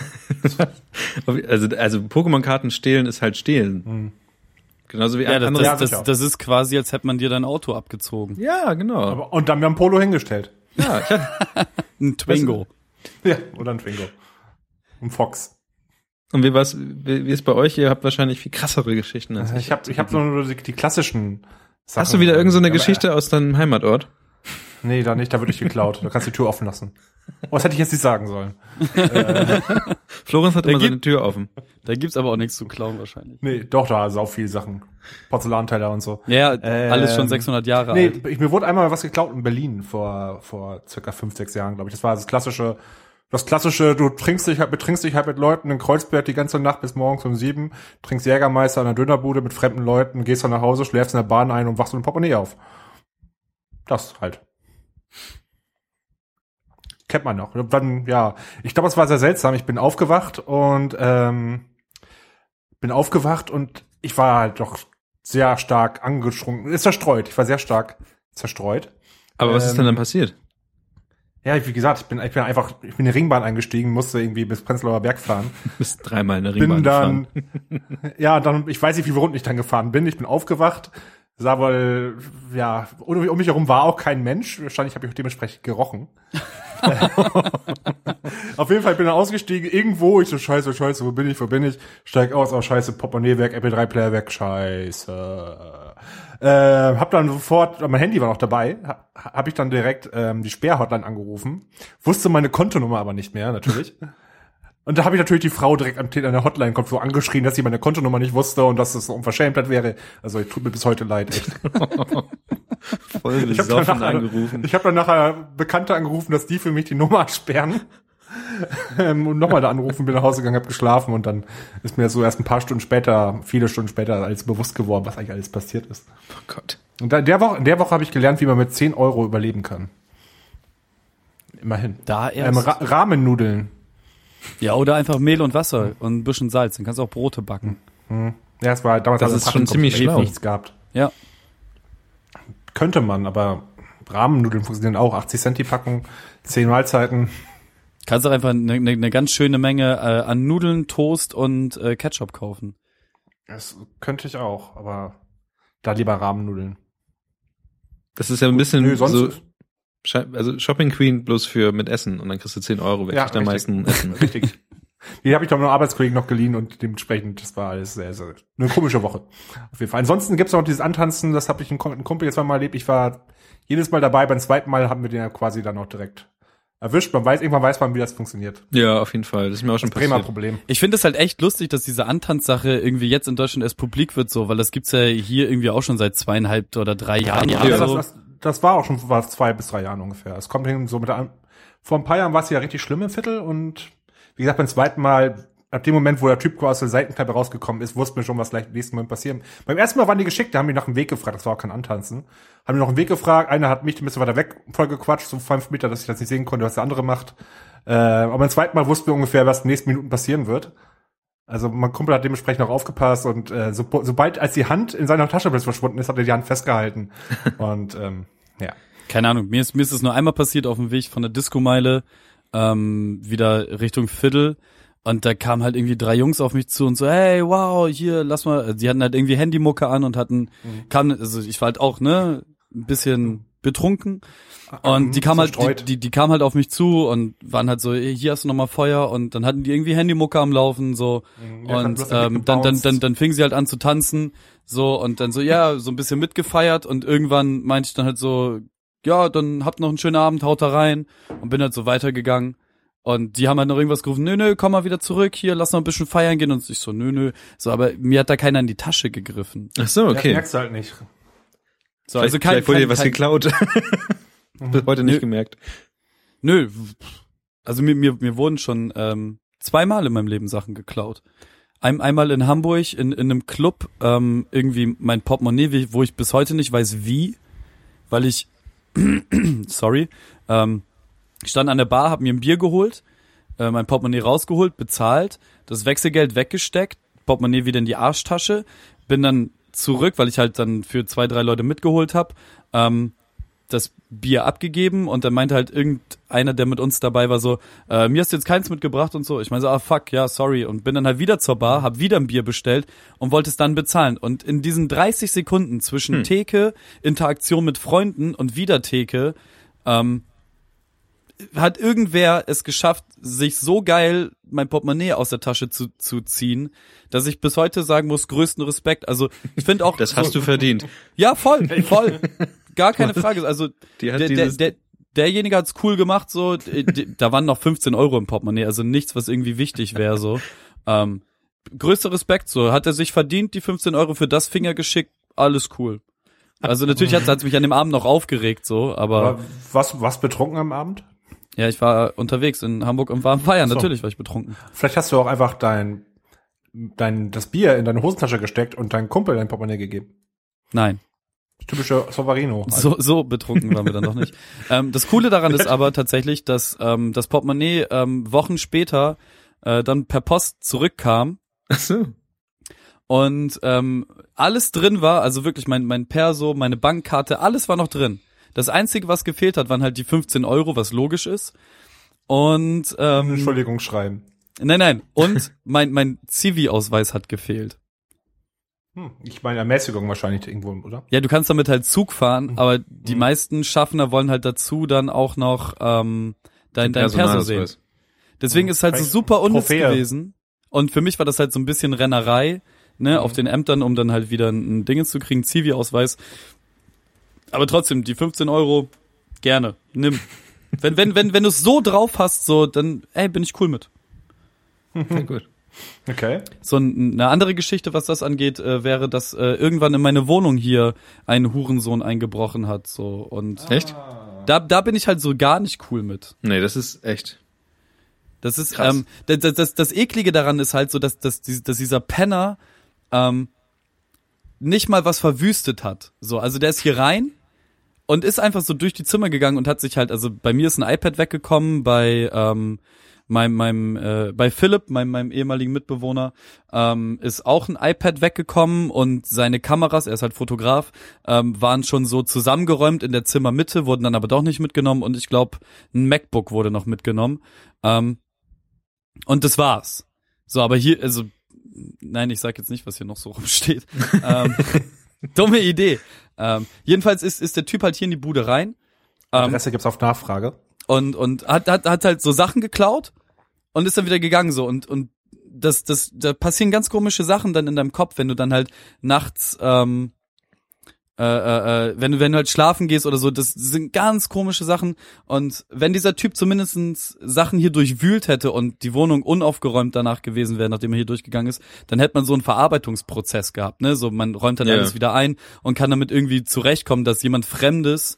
Also Pokémon-Karten stehlen ist halt stehlen. Genauso wie das ist quasi, als hätte man dir dein Auto abgezogen. Ja, genau. Und dann ein Polo hingestellt. Ja, ich hatte ein Twingo. Ja, oder ein Twingo. Ein Fox. Und wie ist bei euch? Ihr habt wahrscheinlich viel krassere Geschichten als ich. Ich hab nur die klassischen Sachen. Hast du wieder irgend so eine Geschichte aus deinem Heimatort? Nee, da nicht, da wird nicht geklaut. Da kannst du die Tür offen lassen. Oh, das hätte ich jetzt nicht sagen sollen. Florenz hat immer seine Tür offen. Da gibt's aber auch nichts zu klauen wahrscheinlich. Nee, doch, da ist auch viel Sachen. Porzellanteller und so. Ja, alles schon 600 Jahre alt. Mir wurde einmal was geklaut in Berlin vor circa 5-6 Jahren, glaube ich. Das war das klassische, du betrinkst dich halt mit Leuten in Kreuzberg die ganze Nacht bis morgens um 7, trinkst Jägermeister an der Dönerbude mit fremden Leuten, gehst dann nach Hause, schläfst in der Bahn ein und wachst mit dem Portemonnaie auf. Das halt. Kennt man noch. Und dann, ja, ich glaube, es war sehr seltsam. Ich bin aufgewacht und ich war halt doch sehr stark angeschrunken. Zerstreut. Ich war sehr stark zerstreut. Aber was ist denn dann passiert? Ja, wie gesagt, ich bin in die Ringbahn eingestiegen, musste irgendwie bis Prenzlauer Berg fahren. Bist dreimal in der Ringbahn gefahren. Ich weiß nicht, wie viele Runden ich dann gefahren bin. Ich bin aufgewacht, sah wohl, ja, um mich herum war auch kein Mensch. Wahrscheinlich habe ich dementsprechend gerochen. Auf jeden Fall bin ich dann ausgestiegen, irgendwo, ich so, scheiße, wo bin ich? Steig aus, scheiße, Portemonnaie weg, MP3-Player weg, scheiße. Hab dann sofort, mein Handy war noch dabei, hab ich dann direkt die Sperrhotline angerufen, wusste meine Kontonummer aber nicht mehr, natürlich. Und da habe ich natürlich die Frau direkt an der Hotline kommt so angeschrien, dass sie meine Kontonummer nicht wusste und dass es so Unverschämtheit wäre. Also tut mir bis heute leid, echt. Voll besoffen angerufen. Ich habe dann nachher Bekannte angerufen, dass die für mich die Nummer sperren. Und nochmal da angerufen, bin nach Hause gegangen, hab geschlafen und dann ist mir so erst viele Stunden später alles bewusst geworden, was eigentlich alles passiert ist. Oh Gott. Und in der Woche habe ich gelernt, wie man mit 10 Euro überleben kann. Immerhin. Da erst. Ramennudeln. Ja, oder einfach Mehl und Wasser und ein bisschen Salz. Dann kannst du auch Brote backen. Ja, es war damals, das ist schon ziemlich schlau. Nichts gehabt. Ja. Könnte man, aber Ramennudeln funktionieren auch. 80 Cent die Packung, 10 Mahlzeiten. Kannst auch einfach eine ganz schöne Menge an Nudeln, Toast und Ketchup kaufen. Das könnte ich auch, aber da lieber Ramennudeln. Das ist ja ein bisschen so, ist also Shopping Queen bloß mit Essen und dann kriegst du 10 Euro weg. Ja, am meisten Essen. Richtig. Die habe ich doch nur Arbeitskollegen noch geliehen und dementsprechend, das war alles sehr, sehr, eine komische Woche. Auf jeden Fall. Ansonsten gibt's noch dieses Antanzen, das habe ich einen Kumpel jetzt mal erlebt. Ich war jedes Mal dabei, beim zweiten Mal haben wir den ja quasi dann auch direkt erwischt. Irgendwann weiß man, wie das funktioniert. Ja, auf jeden Fall. Das ist mir auch schon passiert. Bremer Problem. Ich finde es halt echt lustig, dass diese Antanzsache irgendwie jetzt in Deutschland erst publik wird, so, weil das gibt's ja hier irgendwie auch schon seit 2,5 oder 3 Jahren. Ja, das war auch schon vor 2 bis 3 Jahren ungefähr. Es kommt hin so vor ein paar Jahren war es ja richtig schlimm im Viertel und wie gesagt, beim zweiten Mal, ab dem Moment, wo der Typ aus der Seitenklappe rausgekommen ist, wusste mir schon, was gleich im nächsten Moment passieren. Beim ersten Mal waren die geschickt, da haben die nach dem Weg gefragt, das war auch kein Antanzen. Haben die nach dem Weg gefragt, einer hat mich ein bisschen weiter weg voll gequatscht, so 5 Meter, dass ich das nicht sehen konnte, was der andere macht. Aber beim zweiten Mal wussten wir ungefähr, was in den nächsten Minuten passieren wird. Also mein Kumpel hat dementsprechend auch aufgepasst und sobald als die Hand in seiner Tasche verschwunden ist, hat er die Hand festgehalten. Und ja. Keine Ahnung, mir ist es nur einmal passiert auf dem Weg von der Disco-Meile wieder Richtung Viertel und da kamen halt irgendwie 3 Jungs auf mich zu und so, hey, wow, hier, lass mal, die hatten halt irgendwie Handymucke an und also ich war halt auch, ein bisschen betrunken und die kamen halt, die kamen halt auf mich zu und waren halt so, hey, hier hast du nochmal Feuer und dann hatten die irgendwie Handymucke am Laufen, so, ja, und dann fingen sie halt an zu tanzen, so, und dann so, ja, so ein bisschen mitgefeiert und irgendwann meinte ich dann halt so, ja, dann habt noch einen schönen Abend, haut da rein und bin halt so weitergegangen Und die haben halt noch irgendwas gerufen, nö, komm mal wieder zurück, hier, lass noch ein bisschen feiern gehen. Und ich so, nö. So, aber mir hat da keiner in die Tasche gegriffen. Ach so, okay. Das merkst du halt nicht. So, Vielleicht wurde dir was geklaut. Bis heute nicht gemerkt. Nö, also mir wurden schon 2-mal in meinem Leben Sachen geklaut. Einmal in Hamburg in einem Club, irgendwie mein Portemonnaie, wo ich bis heute nicht weiß wie, weil ich, sorry, ich stand an der Bar, hab mir ein Bier geholt, mein Portemonnaie rausgeholt, bezahlt, das Wechselgeld weggesteckt, Portemonnaie wieder in die Arschtasche, bin dann zurück, weil ich halt dann für 2, 3 Leute mitgeholt hab, das Bier abgegeben und dann meinte halt irgendeiner, der mit uns dabei war, so, mir hast du jetzt keins mitgebracht und so. Ich meine so, fuck, ja, sorry. Und bin dann halt wieder zur Bar, hab wieder ein Bier bestellt und wollte es dann bezahlen. Und in diesen 30 Sekunden zwischen Theke, Interaktion mit Freunden und wieder Theke, hat irgendwer es geschafft, sich so geil mein Portemonnaie aus der Tasche zu ziehen, dass ich bis heute sagen muss, größten Respekt. Also ich finde auch... Das hast du verdient. Ja, voll. Gar keine Frage. Also derjenige hat's cool gemacht, so. Da waren noch 15 Euro im Portemonnaie, also nichts, was irgendwie wichtig wäre, so. Größter Respekt, so. Hat er sich verdient, die 15 Euro für das Fingergeschick, alles cool. Also natürlich hat's mich an dem Abend noch aufgeregt, so, aber Was betrunken am Abend? ja, ich war unterwegs in Hamburg und war am Feiern, So. natürlich war ich betrunken. Vielleicht hast du auch einfach das Bier in deine Hosentasche gesteckt und deinem Kumpel dein Portemonnaie gegeben. Nein. Typische Sovarino. So betrunken waren wir dann noch nicht. Das Coole daran ist aber tatsächlich, dass das Portemonnaie Wochen später dann per Post zurückkam. Ach so. Und alles drin war, also wirklich mein Perso, meine Bankkarte, alles war noch drin. Das Einzige, was gefehlt hat, waren halt die 15 Euro, was logisch ist. Und Entschuldigung schreiben. Nein. Und mein Zivi-Ausweis hat gefehlt. Ich meine Ermäßigung wahrscheinlich irgendwo, oder? Ja, du kannst damit halt Zug fahren, aber die meisten Schaffner wollen halt dazu dann auch noch dein Perso sehen. Deswegen ist es halt so super unnütz gewesen. Und für mich war das halt so ein bisschen Rennerei, ne, auf den Ämtern, um dann halt wieder ein Ding zu kriegen, Zivi-Ausweis. Aber trotzdem, die 15 Euro, gerne, nimm. Wenn du es so drauf hast, so, dann, bin ich cool mit. Ja, gut. Okay. So eine andere Geschichte, was das angeht, wäre, dass irgendwann in meine Wohnung hier ein Hurensohn eingebrochen hat, so, und. Echt? Da bin ich halt so gar nicht cool mit. Nee, das ist echt. Das ist, das Eklige daran ist halt so, dass dieser Penner, nicht mal was verwüstet hat. So, also der ist hier rein und ist einfach so durch die Zimmer gegangen und hat sich halt, also bei mir ist ein iPad weggekommen, bei bei Philipp, meinem ehemaligen Mitbewohner, ist auch ein iPad weggekommen und seine Kameras, er ist halt Fotograf, waren schon so zusammengeräumt in der Zimmermitte, wurden dann aber doch nicht mitgenommen und ich glaube, ein MacBook wurde noch mitgenommen. Und das war's. So, aber hier, also, nein, ich sag jetzt nicht, was hier noch so rumsteht. Dumme Idee. Jedenfalls ist der Typ halt hier in die Bude rein. Adresse gibt's auf Nachfrage. Und hat halt so Sachen geklaut und ist dann wieder gegangen so und da passieren ganz komische Sachen dann in deinem Kopf, wenn du dann halt nachts wenn du halt schlafen gehst oder so, das sind ganz komische Sachen und wenn dieser Typ zumindest Sachen hier durchwühlt hätte und die Wohnung unaufgeräumt danach gewesen wäre, nachdem er hier durchgegangen ist, dann hätte man so einen Verarbeitungsprozess gehabt, ne, so man räumt dann alles wieder ein und kann damit irgendwie zurechtkommen, dass jemand Fremdes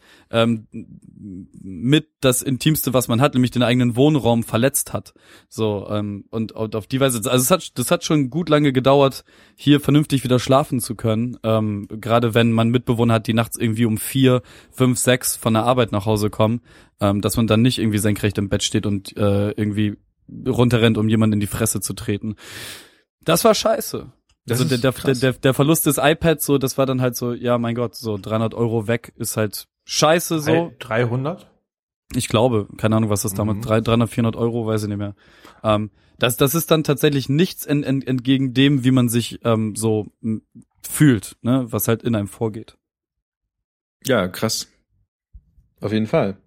mit das Intimste, was man hat, nämlich den eigenen Wohnraum verletzt hat, so und auf die Weise, also das hat schon gut lange gedauert, hier vernünftig wieder schlafen zu können, gerade wenn man Mitbewohner hat, die nachts irgendwie um 4, 5, 6 von der Arbeit nach Hause kommen, dass man dann nicht irgendwie senkrecht im Bett steht und irgendwie runterrennt, um jemanden in die Fresse zu treten. Das war scheiße. Das also der Verlust des iPads, so, das war dann halt so, ja, mein Gott, so 300 Euro weg ist halt scheiße so. 300? Ich glaube, keine Ahnung, was das damals, 300, 400 Euro, weiß ich nicht mehr. Das ist dann tatsächlich nichts entgegen dem, wie man sich so fühlt, ne, was halt in einem vorgeht. Ja, krass. Auf jeden Fall.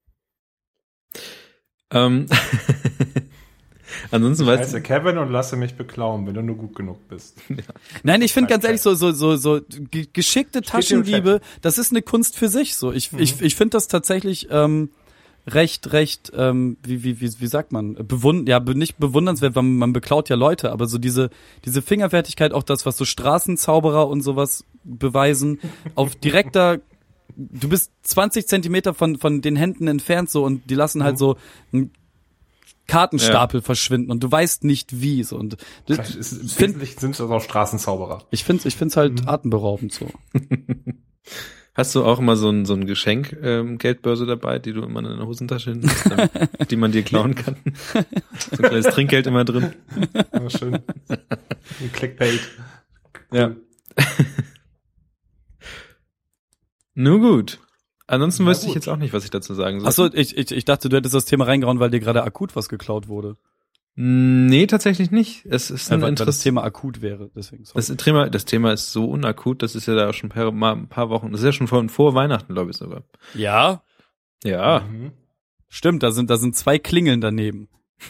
Ansonsten ich heiße Kevin und lasse mich beklauen, wenn du nur gut genug bist. Ja. Nein, ich finde ganz ehrlich, so geschickte Taschendiebe, das ist eine Kunst für sich. So, ich finde das tatsächlich recht, wie sagt man, nicht bewundernswert, weil man beklaut ja Leute, aber so diese Fingerfertigkeit, auch das, was so Straßenzauberer und sowas beweisen, auf direkter, du bist 20 Zentimeter von den Händen entfernt so und die lassen halt so einen Kartenstapel verschwinden und du weißt nicht wie so und sind das auch Straßenzauberer. Ich find's halt atemberaubend so. Hast du auch immer so ein Geschenk Geldbörse dabei, die du immer in der Hosentasche hin hast, die man dir klauen kann? So ein kleines Trinkgeld immer drin. Ja, schön. Ein Clickbait. Ja. Nur gut. Ansonsten wüsste ich jetzt auch nicht, was ich dazu sagen soll. Achso, ich dachte, du hättest das Thema reingehauen, weil dir gerade akut was geklaut wurde. Nee, tatsächlich nicht. Es ist weil das Thema akut wäre, deswegen. Das Thema ist so unakut, das ist ja da auch schon ein paar Wochen, das ist ja schon vor Weihnachten, glaube ich sogar. Ja? Ja. Mhm. Stimmt, da sind 2 Klingeln daneben.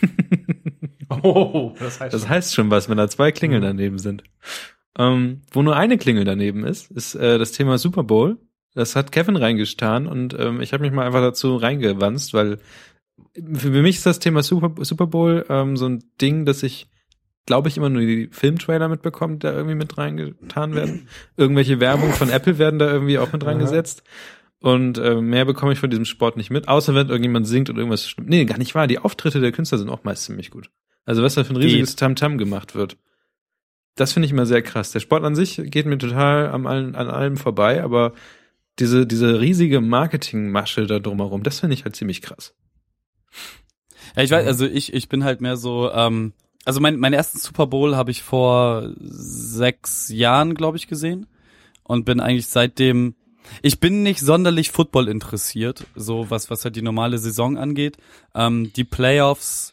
Oh, das heißt schon was, wenn da 2 Klingeln daneben sind. Wo nur eine Klingel daneben ist das Thema Super Bowl. Das hat Kevin reingetan und ich habe mich mal einfach dazu reingewanzt, weil für mich ist das Thema Super Bowl so ein Ding, dass ich, glaube ich, immer nur die Filmtrailer mitbekomme, die da irgendwie mit reingetan werden. Irgendwelche Werbung von Apple werden da irgendwie auch mit reingesetzt. Und mehr bekomme ich von diesem Sport nicht mit, außer wenn irgendjemand singt oder irgendwas stimmt. Nee, gar nicht wahr. Die Auftritte der Künstler sind auch meist ziemlich gut. Also was da für ein riesiges Tamtam gemacht wird. Das finde ich immer sehr krass. Der Sport an sich geht mir total an allem vorbei, aber diese riesige Marketingmasche da drumherum, das finde ich halt ziemlich krass. Ja, ich weiß, also ich bin halt mehr so, also mein ersten Super Bowl habe ich vor 6 Jahren, glaube ich, gesehen und bin eigentlich seitdem, ich bin nicht sonderlich Football interessiert, so was halt die normale Saison angeht. Die Playoffs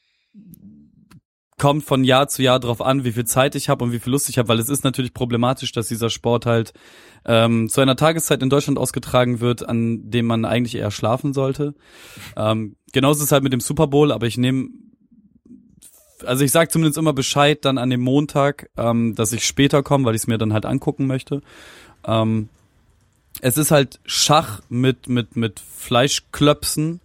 kommt von Jahr zu Jahr drauf an, wie viel Zeit ich habe und wie viel Lust ich habe, weil es ist natürlich problematisch, dass dieser Sport halt zu einer Tageszeit in Deutschland ausgetragen wird, an dem man eigentlich eher schlafen sollte. Genauso ist es halt mit dem Super Bowl, aber ich sage zumindest immer Bescheid dann an dem Montag, dass ich später komme, weil ich es mir dann halt angucken möchte. Es ist halt Schach mit Fleischklöpsen.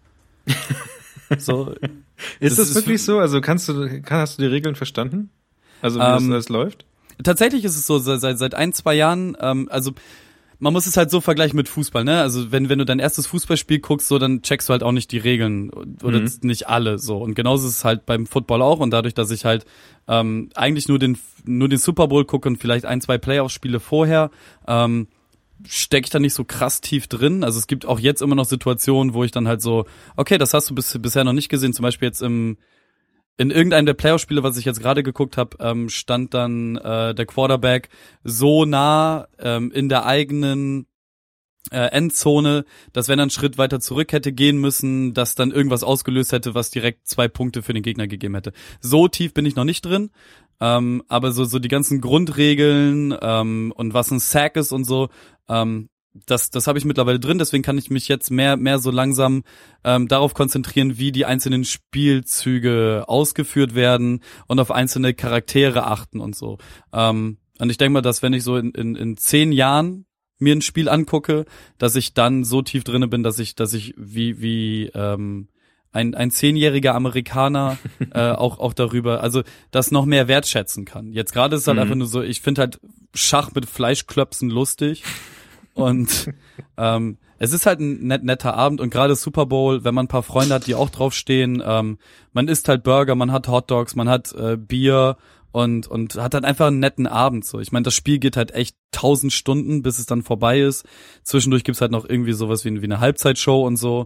So. Ist das wirklich so? Also hast du die Regeln verstanden? Also wie das alles läuft? Tatsächlich ist es so, seit 1-2 Jahren, also man muss es halt so vergleichen mit Fußball, ne? Also wenn du dein erstes Fußballspiel guckst, so dann checkst du halt auch nicht die Regeln oder nicht alle so. Und genauso ist es halt beim Football auch. Und dadurch, dass ich halt eigentlich nur den Super Bowl gucke und vielleicht 1-2 Playoff-Spiele vorher, stecke ich da nicht so krass tief drin. Also es gibt auch jetzt immer noch Situationen, wo ich dann halt so, okay, das hast du bisher noch nicht gesehen. Zum Beispiel jetzt in irgendeinem der Playoff-Spiele, was ich jetzt gerade geguckt habe, stand dann der Quarterback so nah in der eigenen Endzone, dass wenn er einen Schritt weiter zurück hätte gehen müssen, dass dann irgendwas ausgelöst hätte, was direkt 2 Punkte für den Gegner gegeben hätte. So tief bin ich noch nicht drin, aber so die ganzen Grundregeln und was ein Sack ist und so, das habe ich mittlerweile drin, deswegen kann ich mich jetzt mehr so langsam darauf konzentrieren, wie die einzelnen Spielzüge ausgeführt werden und auf einzelne Charaktere achten und so. Und ich denke mal, dass wenn ich so in 10 Jahren mir ein Spiel angucke, dass ich dann so tief drinne bin, dass ich wie ein 10-jähriger Amerikaner auch darüber, also das noch mehr wertschätzen kann. Jetzt gerade ist es halt einfach nur so, ich finde halt Schach mit Fleischklöpsen lustig. Und es ist halt ein netter Abend und gerade Super Bowl, wenn man ein paar Freunde hat, die auch draufstehen, man isst halt Burger, man hat Hotdogs, man hat Bier und hat halt einfach einen netten Abend so. Ich meine, das Spiel geht halt echt 1000 Stunden, bis es dann vorbei ist. Zwischendurch gibt's halt noch irgendwie sowas wie eine Halbzeitshow und so.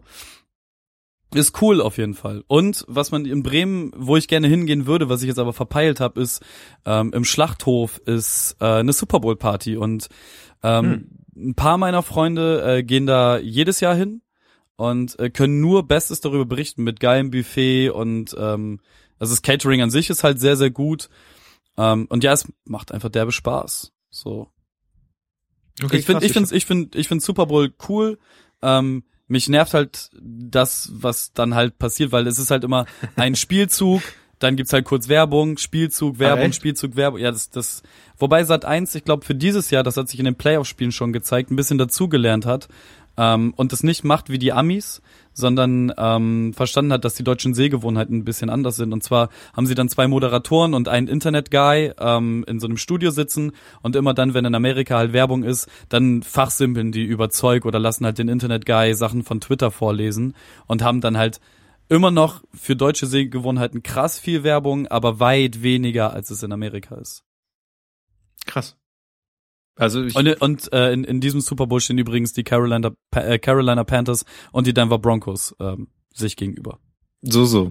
Ist cool auf jeden Fall. Und was man in Bremen, wo ich gerne hingehen würde, was ich jetzt aber verpeilt habe, ist im Schlachthof ist eine Super Bowl Party und ein paar meiner Freunde gehen da jedes Jahr hin und können nur Bestes darüber berichten mit geilem Buffet und also das Catering an sich ist halt sehr, sehr gut. Und ja, es macht einfach derbe Spaß. So. Okay, ich finde Super Bowl cool. Mich nervt halt das, was dann halt passiert, weil es ist halt immer ein Spielzug, dann gibt's halt kurz Werbung, Spielzug, Werbung, Spielzug, Werbung. Ja, das wobei Sat.1, ich glaube für dieses Jahr, das hat sich in den Playoff-Spielen schon gezeigt, ein bisschen dazugelernt hat. und das nicht macht wie die Amis, sondern verstanden hat, dass die deutschen Sehgewohnheiten ein bisschen anders sind. Und zwar haben sie dann 2 Moderatoren und einen Internet-Guy in so einem Studio sitzen und immer dann, wenn in Amerika halt Werbung ist, dann fachsimpeln die über Zeug oder lassen halt den Internet-Guy Sachen von Twitter vorlesen und haben dann halt immer noch für deutsche Sehgewohnheiten krass viel Werbung, aber weit weniger, als es in Amerika ist. Krass. Also in diesem Super Bowl stehen übrigens die Carolina Panthers und die Denver Broncos sich gegenüber. So.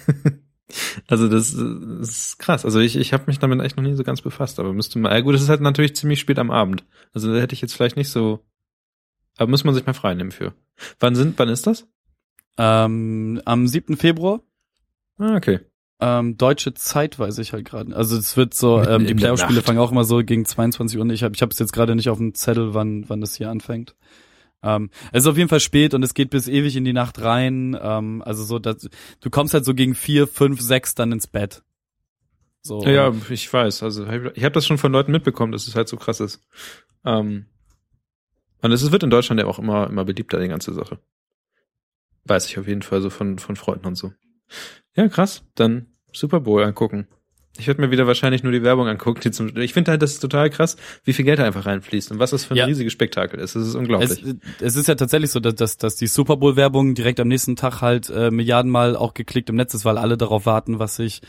Also das ist krass. Also ich habe mich damit echt noch nie so ganz befasst, aber müsste mal. Ja gut, es ist halt natürlich ziemlich spät am Abend. Also da hätte ich jetzt vielleicht nicht so. Aber muss man sich mal frei nehmen für. Wann ist das? Am 7. Februar. Ah, okay. Deutsche Zeit weiß ich halt gerade. Also es wird so, die Playoff-Spiele fangen auch immer so gegen 22 Uhr. Ich habe es jetzt gerade nicht auf dem Zettel, wann das hier anfängt. Es ist auf jeden Fall spät und es geht bis ewig in die Nacht rein. Also so, dass du kommst halt so gegen 4, 5, 6 dann ins Bett. So. Ja, ich weiß. Also ich habe das schon von Leuten mitbekommen, dass es halt so krass ist. Und es wird in Deutschland ja auch immer beliebter, die ganze Sache. Weiß ich auf jeden Fall so von Freunden und so. Ja, krass. Dann Super Bowl angucken. Ich werde mir wieder wahrscheinlich nur die Werbung angucken. Ich finde halt, das ist total krass, wie viel Geld da einfach reinfließt und was das für ein riesiges Spektakel ist. Das ist unglaublich. Es ist ja tatsächlich so, dass die Super Bowl Werbung direkt am nächsten Tag halt Milliardenmal auch geklickt im Netz ist, weil alle darauf warten, was sich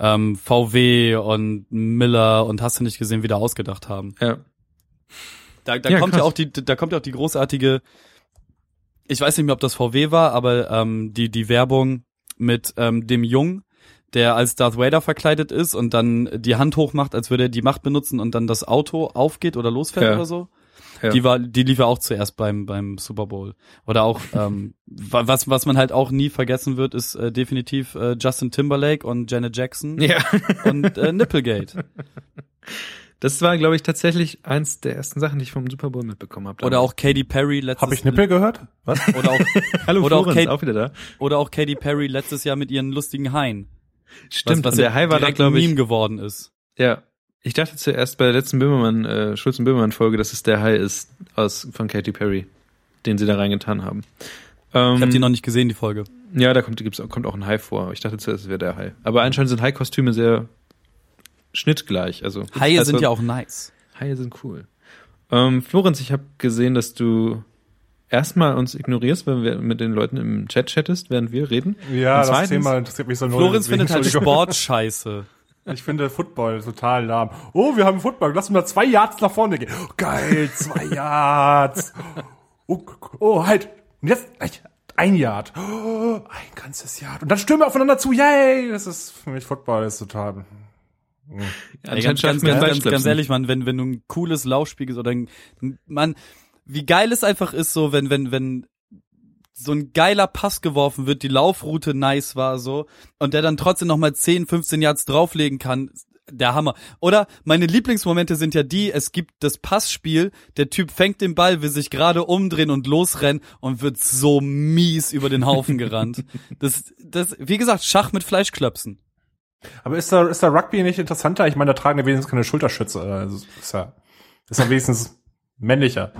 VW und Miller und hast du nicht gesehen wieder ausgedacht haben. Ja. Da kommt ja auch die großartige, ich weiß nicht mehr, ob das VW war, aber die Werbung mit dem Jungen, der als Darth Vader verkleidet ist und dann die Hand hochmacht, als würde er die Macht benutzen und dann das Auto aufgeht oder losfährt oder so. Ja. Die lief ja auch zuerst beim Super Bowl. Oder auch, was man halt auch nie vergessen wird, ist definitiv Justin Timberlake und Janet Jackson und Nipplegate. Das war, glaube ich, tatsächlich eins der ersten Sachen, die ich vom Super Bowl mitbekommen habe. Oder auch Katy Perry letztes Jahr. Hab ich Nippel gehört? Was? Oder auch, Hallo oder Florenz, auch auch wieder da. Oder auch Katy Perry letztes Jahr mit ihren lustigen Haien. Stimmt, was der Hai war da, glaube ich, ein Meme geworden ist. Ja, ich dachte zuerst bei der letzten Schulz- und Böhmermann-Folge, dass es der Hai ist von Katy Perry, den sie da reingetan haben. Ich habe die noch nicht gesehen, die Folge. Ja, da kommt auch ein Hai vor. Ich dachte zuerst, es wäre der Hai. Aber anscheinend sind Hai-Kostüme sehr schnittgleich. Also Haie sind ja auch nice. Haie sind cool. Florenz, ich habe gesehen, dass du erstmal uns ignorierst, wenn wir mit den Leuten im Chat chattest, während wir reden. Ja, das Thema interessiert mich so null. Florenz findet halt Sport scheiße. Ich finde Football total lahm. Oh, wir haben Football, lass uns mal 2 Yards nach vorne gehen. Oh, geil, 2 Yards. Oh, halt. Und jetzt 1 Yard. Oh, ein ganzes Yard. Und dann stürmen wir aufeinander zu. Yay, das ist für mich Football, ist total... Ey, ganz ehrlich, Mann, wenn du ein cooles Laufspiel oder wie geil es einfach ist, so wenn so ein geiler Pass geworfen wird, die Laufroute nice war so und der dann trotzdem noch mal 10, 15 Yards drauflegen kann, der Hammer. Oder meine Lieblingsmomente sind ja es gibt das Passspiel, der Typ fängt den Ball, will sich gerade umdrehen und losrennen und wird so mies über den Haufen gerannt. Das, wie gesagt, Schach mit Fleischklöpsen. Aber ist da Rugby nicht interessanter? Ich meine, da tragen ja wenigstens keine Schulterschütze. Also ist ja wenigstens männlicher.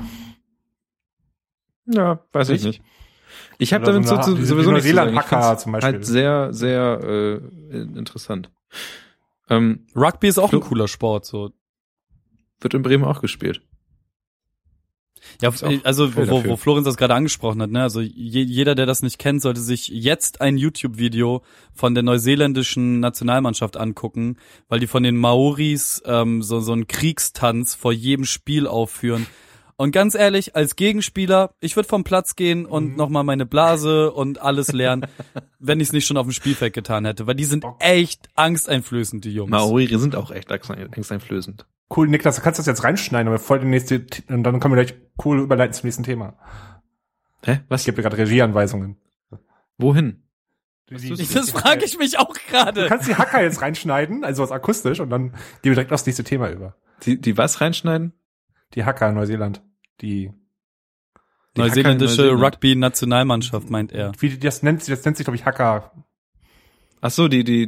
Ja, weiß ich nicht. Ich habe damit sowieso nicht so sagen. Ich find's zum Beispiel halt sehr, sehr interessant. Rugby ist auch ein cooler Sport. So wird in Bremen auch gespielt. Ja, also wo Florenz das gerade angesprochen hat, ne? Also jeder, der das nicht kennt, sollte sich jetzt ein YouTube-Video von der neuseeländischen Nationalmannschaft angucken, weil die von den Maoris so einen Kriegstanz vor jedem Spiel aufführen. Und ganz ehrlich, als Gegenspieler, ich würde vom Platz gehen und nochmal meine Blase und alles lernen, wenn ich es nicht schon auf dem Spielfeld getan hätte, weil die sind echt angsteinflößend, die Jungs. Maori sind auch echt angsteinflößend. Cool, Niklas, du kannst das jetzt reinschneiden, aber voll und dann können wir gleich cool überleiten zum nächsten Thema. Hä? Was? Ich gebe dir gerade Regieanweisungen. Wohin? Das frage ich mich auch gerade. Du kannst die Hacker jetzt reinschneiden, also was akustisch, und dann gehen wir direkt aufs nächste Thema über. Die was reinschneiden? Die Hacker in Neuseeland. Die neuseeländische Rugby-Nationalmannschaft, meint er. Wie das nennt sich, glaube ich, Hacker. Ach so,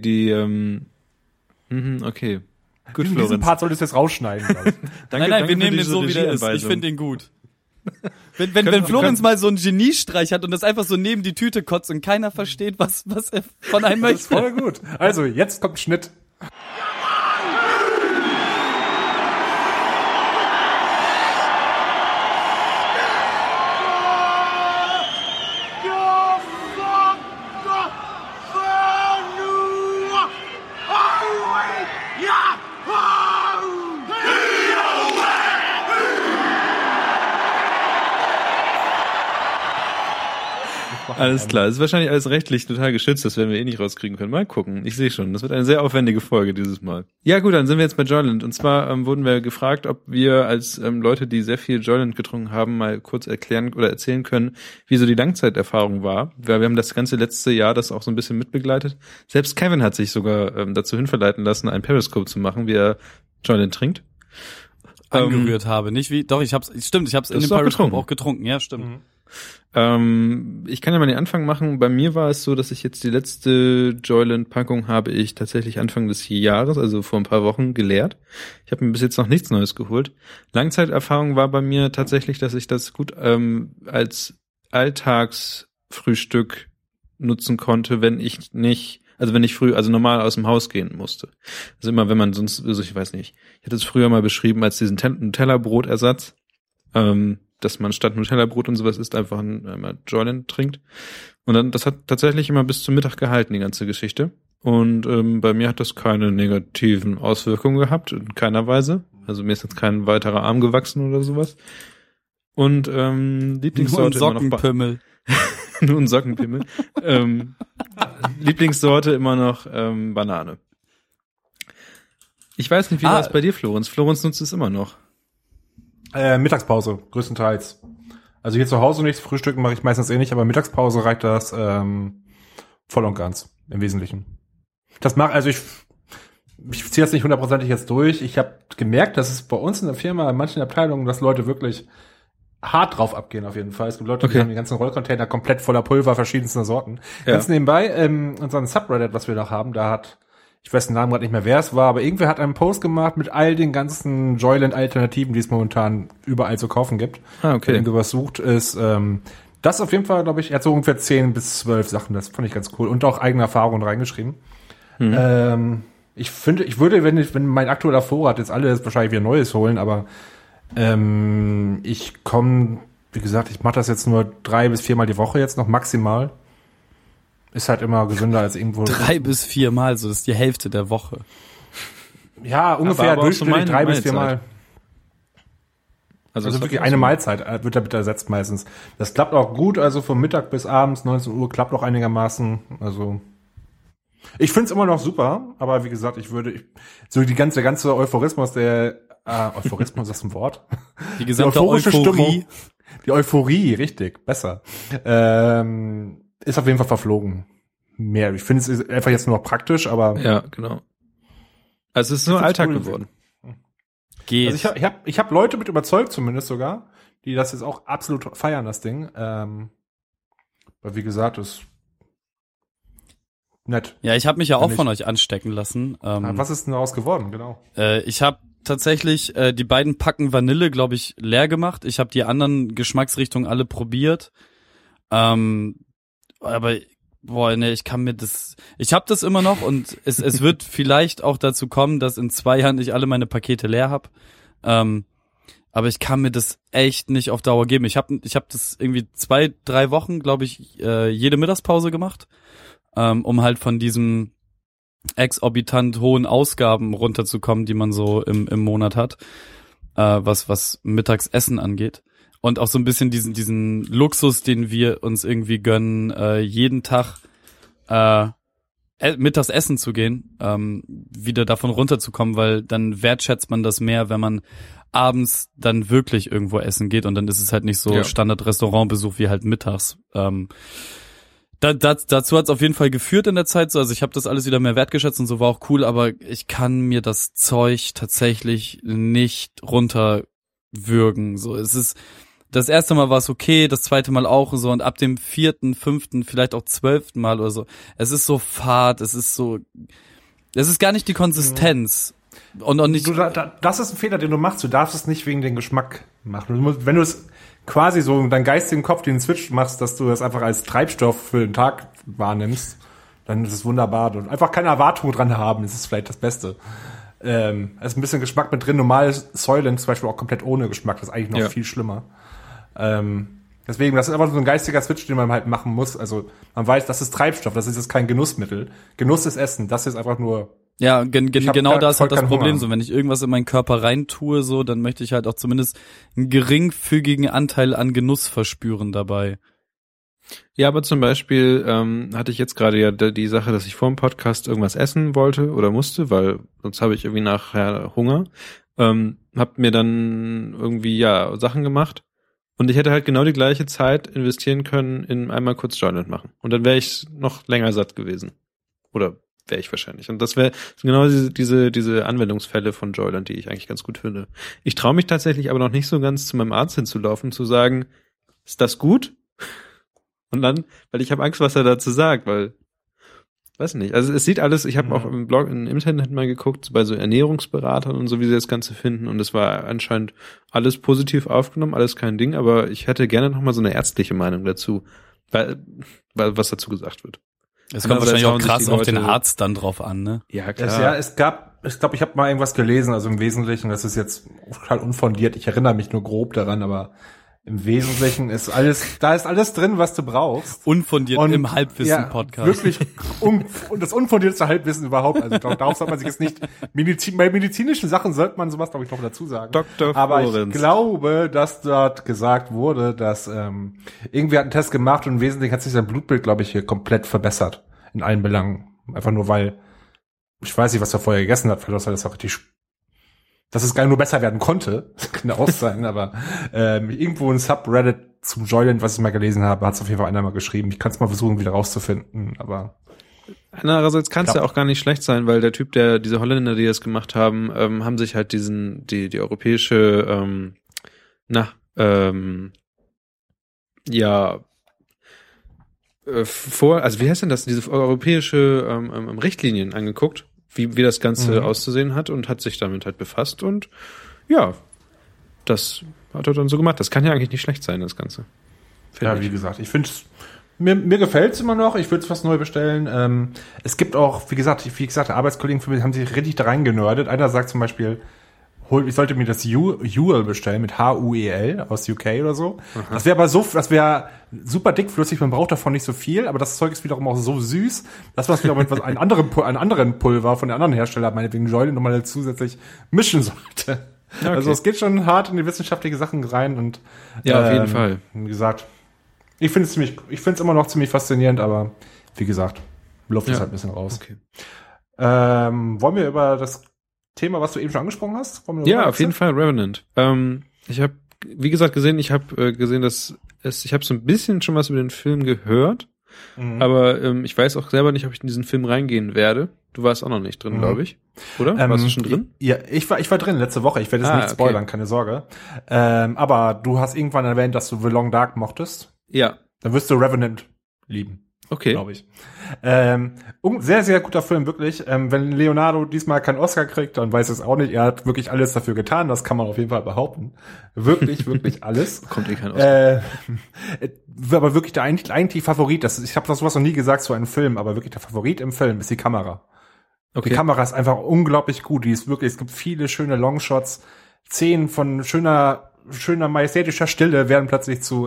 okay. Gut, diesen Part solltest du jetzt rausschneiden. Nein, wir nehmen den so, wie der ist. Ich finde den gut. Wenn Florenz mal so einen Geniestreich hat und das einfach so neben die Tüte kotzt und keiner versteht, was er von einem möchte. Das ist voll gut. Also, jetzt kommt Schnitt. Alles klar, es ist wahrscheinlich alles rechtlich total geschützt, das werden wir eh nicht rauskriegen können. Mal gucken, ich sehe schon, das wird eine sehr aufwendige Folge dieses Mal. Ja gut, dann sind wir jetzt bei Joyland und zwar wurden wir gefragt, ob wir als Leute, die sehr viel Joyland getrunken haben, mal kurz erklären oder erzählen können, wie so die Langzeiterfahrung war. Wir haben das ganze letzte Jahr das auch so ein bisschen mitbegleitet. Selbst Kevin hat sich sogar dazu hinverleiten lassen, ein Periscope zu machen, wie er Joyland trinkt. Angerührt habe, nicht wie, doch, ich hab's in dem Periscope auch getrunken, ja, stimmt. Mhm. Ich kann ja mal den Anfang machen. Bei mir war es so, dass ich jetzt die letzte Joyland-Packung habe ich tatsächlich Anfang des Jahres, also vor ein paar Wochen, geleert. Ich habe mir bis jetzt noch nichts Neues geholt. Langzeiterfahrung war bei mir tatsächlich, dass ich das gut als Alltagsfrühstück nutzen konnte, wenn ich früh, also normal aus dem Haus gehen musste. Also immer, wenn man sonst, also ich weiß nicht, ich hatte es früher mal beschrieben als diesen Nutella-Brotersatz, dass man statt Nutella-Brot und sowas isst, einfach einmal Joyland trinkt. Und dann, das hat tatsächlich immer bis zum Mittag gehalten, die ganze Geschichte. Und bei mir hat das keine negativen Auswirkungen gehabt, in keiner Weise. Also mir ist jetzt kein weiterer Arm gewachsen oder sowas. Und Lieblingssorte nur ein Sockenpimmel. Nur ein Sockenpimmel. Lieblingssorte immer noch Banane. Ich weiß nicht, wie war es bei dir, Florenz? Florenz nutzt es immer noch. Mittagspause, größtenteils. Also hier zu Hause nichts, Frühstücken mache ich meistens eh nicht, aber Mittagspause reicht das voll und ganz, im Wesentlichen. Ich ziehe das nicht hundertprozentig jetzt durch. Ich habe gemerkt, dass es bei uns in der Firma, in manchen Abteilungen, dass Leute wirklich hart drauf abgehen auf jeden Fall. Es gibt Leute, die haben die ganzen Rollcontainer komplett voller Pulver verschiedenster Sorten. Ja. Ganz nebenbei, unseren Subreddit, was wir noch haben, da hat, ich weiß den Namen gerade nicht mehr, wer es war, aber irgendwer hat einen Post gemacht mit all den ganzen Joyland-Alternativen, die es momentan überall zu kaufen gibt. Okay. Wenn du was sucht, ist das auf jeden Fall, glaube ich, er hat so ungefähr 10 bis 12 Sachen, das fand ich ganz cool. Und auch eigene Erfahrungen reingeschrieben. Ich würde, wenn mein aktueller Vorrat jetzt alles wahrscheinlich wieder Neues holen, aber ich komme, wie gesagt, ich mache das jetzt nur 3 bis 4 Mal die Woche jetzt noch maximal. Ist halt immer gesünder als irgendwo. 3 bis 4 Mal, so das ist die Hälfte der Woche. Ja, ungefähr durchschnittlich 3 bis 4 Mal. Also wirklich eine Mahlzeit wird damit ersetzt meistens. Das klappt auch gut, also vom Mittag bis abends, 19 Uhr, klappt auch einigermaßen. Also ich find's immer noch super, aber wie gesagt, der ganze Euphorismus, Euphorismus ist das ein Wort? Die gesamte Euphorie. Die Euphorie, richtig, besser. Ist auf jeden Fall verflogen. Ich finde es ist einfach jetzt nur noch praktisch, aber. Ja, genau. Also es ist nur Alltag geworden. Geht. Also ich hab Leute mit überzeugt zumindest sogar, die das jetzt auch absolut feiern, das Ding. Weil wie gesagt, ist nett. Ja, ich habe mich ja auch von euch anstecken lassen. Was ist denn daraus geworden, genau? Ich habe tatsächlich die beiden Packen Vanille, glaube ich, leer gemacht. Ich habe die anderen Geschmacksrichtungen alle probiert. Aber ich habe das immer noch und es wird vielleicht auch dazu kommen, dass in 2 Jahren ich alle meine Pakete leer habe. Aber ich kann mir das echt nicht auf Dauer geben. Ich hab das irgendwie 2-3 Wochen, glaube ich, jede Mittagspause gemacht, um halt von diesem exorbitant hohen Ausgaben runterzukommen, die man so im Monat hat, was Mittagsessen angeht. Und auch so ein bisschen diesen Luxus, den wir uns irgendwie gönnen, jeden Tag mittags essen zu gehen, wieder davon runterzukommen, weil dann wertschätzt man das mehr, wenn man abends dann wirklich irgendwo essen geht und dann ist es halt nicht so Standard-Restaurantbesuch wie halt mittags. Dazu hat es auf jeden Fall geführt in der Zeit, so, also ich habe das alles wieder mehr wertgeschätzt und so, war auch cool, aber ich kann mir das Zeug tatsächlich nicht runterwürgen. So, es ist das erste Mal war es okay, das zweite Mal auch und so und ab dem 4., 5., vielleicht auch 12. Mal oder so. Es ist so fad, es ist gar nicht die Konsistenz. Und nicht. Das ist ein Fehler, den du machst. Du darfst es nicht wegen dem Geschmack machen. Wenn du es quasi so deinen geistigen Kopf den Switch machst, dass du das einfach als Treibstoff für den Tag wahrnimmst, dann ist es wunderbar. Und einfach keine Erwartung dran haben, das ist vielleicht das Beste. Es ist ein bisschen Geschmack mit drin. Normal Soylent zum Beispiel auch komplett ohne Geschmack. Das ist eigentlich noch viel schlimmer. Deswegen, das ist einfach so ein geistiger Switch, den man halt machen muss. Also man weiß, das ist Treibstoff, das ist jetzt kein Genussmittel. Genuss ist Essen, das ist einfach nur... Ja, genau da ist halt das Problem. Hunger. So, wenn ich irgendwas in meinen Körper reintue, so, dann möchte ich halt auch zumindest einen geringfügigen Anteil an Genuss verspüren dabei. Ja, aber zum Beispiel hatte ich jetzt gerade ja die Sache, dass ich vor dem Podcast irgendwas essen wollte oder musste, weil sonst habe ich irgendwie nachher Hunger. Hab mir dann irgendwie Sachen gemacht und ich hätte halt genau die gleiche Zeit investieren können in einmal kurz Joint machen und dann wäre ich noch länger satt gewesen. Oder wäre ich wahrscheinlich. Und das wäre genau diese Anwendungsfälle von Joyland, die ich eigentlich ganz gut finde. Ich traue mich tatsächlich aber noch nicht so ganz zu meinem Arzt hinzulaufen, zu sagen, ist das gut? Und dann, weil ich habe Angst, was er dazu sagt, weil, weiß nicht. Also es sieht alles, ich habe auch im Blog, im Internet mal geguckt, bei so Ernährungsberatern und so, wie sie das Ganze finden. Und es war anscheinend alles positiv aufgenommen, alles kein Ding, aber ich hätte gerne noch mal so eine ärztliche Meinung dazu, weil was dazu gesagt wird. Es kommt wahrscheinlich auch krass auf den Arzt dann drauf an, ne? Ja, klar. Ich glaube, ich habe mal irgendwas gelesen, also im Wesentlichen, das ist jetzt total unfundiert, ich erinnere mich nur grob daran, aber im Wesentlichen ist alles drin, was du brauchst. Unfundiert und, im Halbwissen-Podcast. Wirklich das unfundierteste Halbwissen überhaupt. Also darauf sollte man sich jetzt nicht, bei medizinischen Sachen sollte man sowas, glaube ich, noch dazu sagen. Dr. Aber Florenz. Ich glaube, dass dort gesagt wurde, dass irgendwer hat einen Test gemacht und im Wesentlichen hat sich sein Blutbild, glaube ich, hier komplett verbessert. In allen Belangen. Einfach nur, weil ich weiß nicht, was er vorher gegessen hat, vielleicht das auch richtig, dass es gar nicht nur besser werden konnte. Das kann auch sein, aber irgendwo ein Subreddit zum Joyland, was ich mal gelesen habe, hat es auf jeden Fall einer mal geschrieben. Ich kann es mal versuchen, wieder rauszufinden, aber andererseits kann es ja auch gar nicht schlecht sein, weil der Typ, diese Holländer, die das gemacht haben, haben sich halt die europäische also wie heißt denn das, diese europäische Richtlinien angeguckt, wie das Ganze auszusehen hat und hat sich damit halt befasst und das hat er dann so gemacht. Das kann ja eigentlich nicht schlecht sein, das Ganze. Wie gesagt, ich finde es, mir gefällt es immer noch, ich würde es fast neu bestellen. Es gibt auch, wie gesagt, Arbeitskollegen von mir haben sich richtig da reingenördet. Einer sagt zum Beispiel, ich sollte mir das Huel bestellen mit Huel aus UK oder so. Aha. Das wäre super dickflüssig, man braucht davon nicht so viel, aber das Zeug ist wiederum auch so süß, dass man es wiederum mit einen anderen Pulver von den anderen Herstellern, meinetwegen Joyland, nochmal zusätzlich mischen sollte. Okay. Also es geht schon hart in die wissenschaftliche Sachen rein und auf jeden Fall. Wie gesagt, ich finde es immer noch ziemlich faszinierend, aber wie gesagt, Luft ist halt ein bisschen raus. Okay. Wollen wir über das Thema, was du eben schon angesprochen hast? Ja, auf jeden Fall Revenant. Ich habe, wie gesagt, gesehen, ich habe so ein bisschen schon was über den Film gehört, aber ich weiß auch selber nicht, ob ich in diesen Film reingehen werde. Du warst auch noch nicht drin, glaube ich. Oder? Warst du schon drin? Ja, ich war drin letzte Woche. Ich werde jetzt nicht spoilern, keine Sorge. Aber du hast irgendwann erwähnt, dass du The Long Dark mochtest. Ja. Dann wirst du Revenant lieben. Okay. Glaube ich. Sehr, sehr guter Film, wirklich. Wenn Leonardo diesmal keinen Oscar kriegt, dann weiß ich es auch nicht. Er hat wirklich alles dafür getan, das kann man auf jeden Fall behaupten. Wirklich, wirklich alles. Kommt kein Oscar. Aber wirklich der eigentlich Favorit, ich habe das sowas noch nie gesagt zu einem Film, aber wirklich der Favorit im Film ist die Kamera. Okay. Die Kamera ist einfach unglaublich gut. Es gibt viele schöne Longshots. Szenen von schöner majestätischer Stille werden plötzlich zu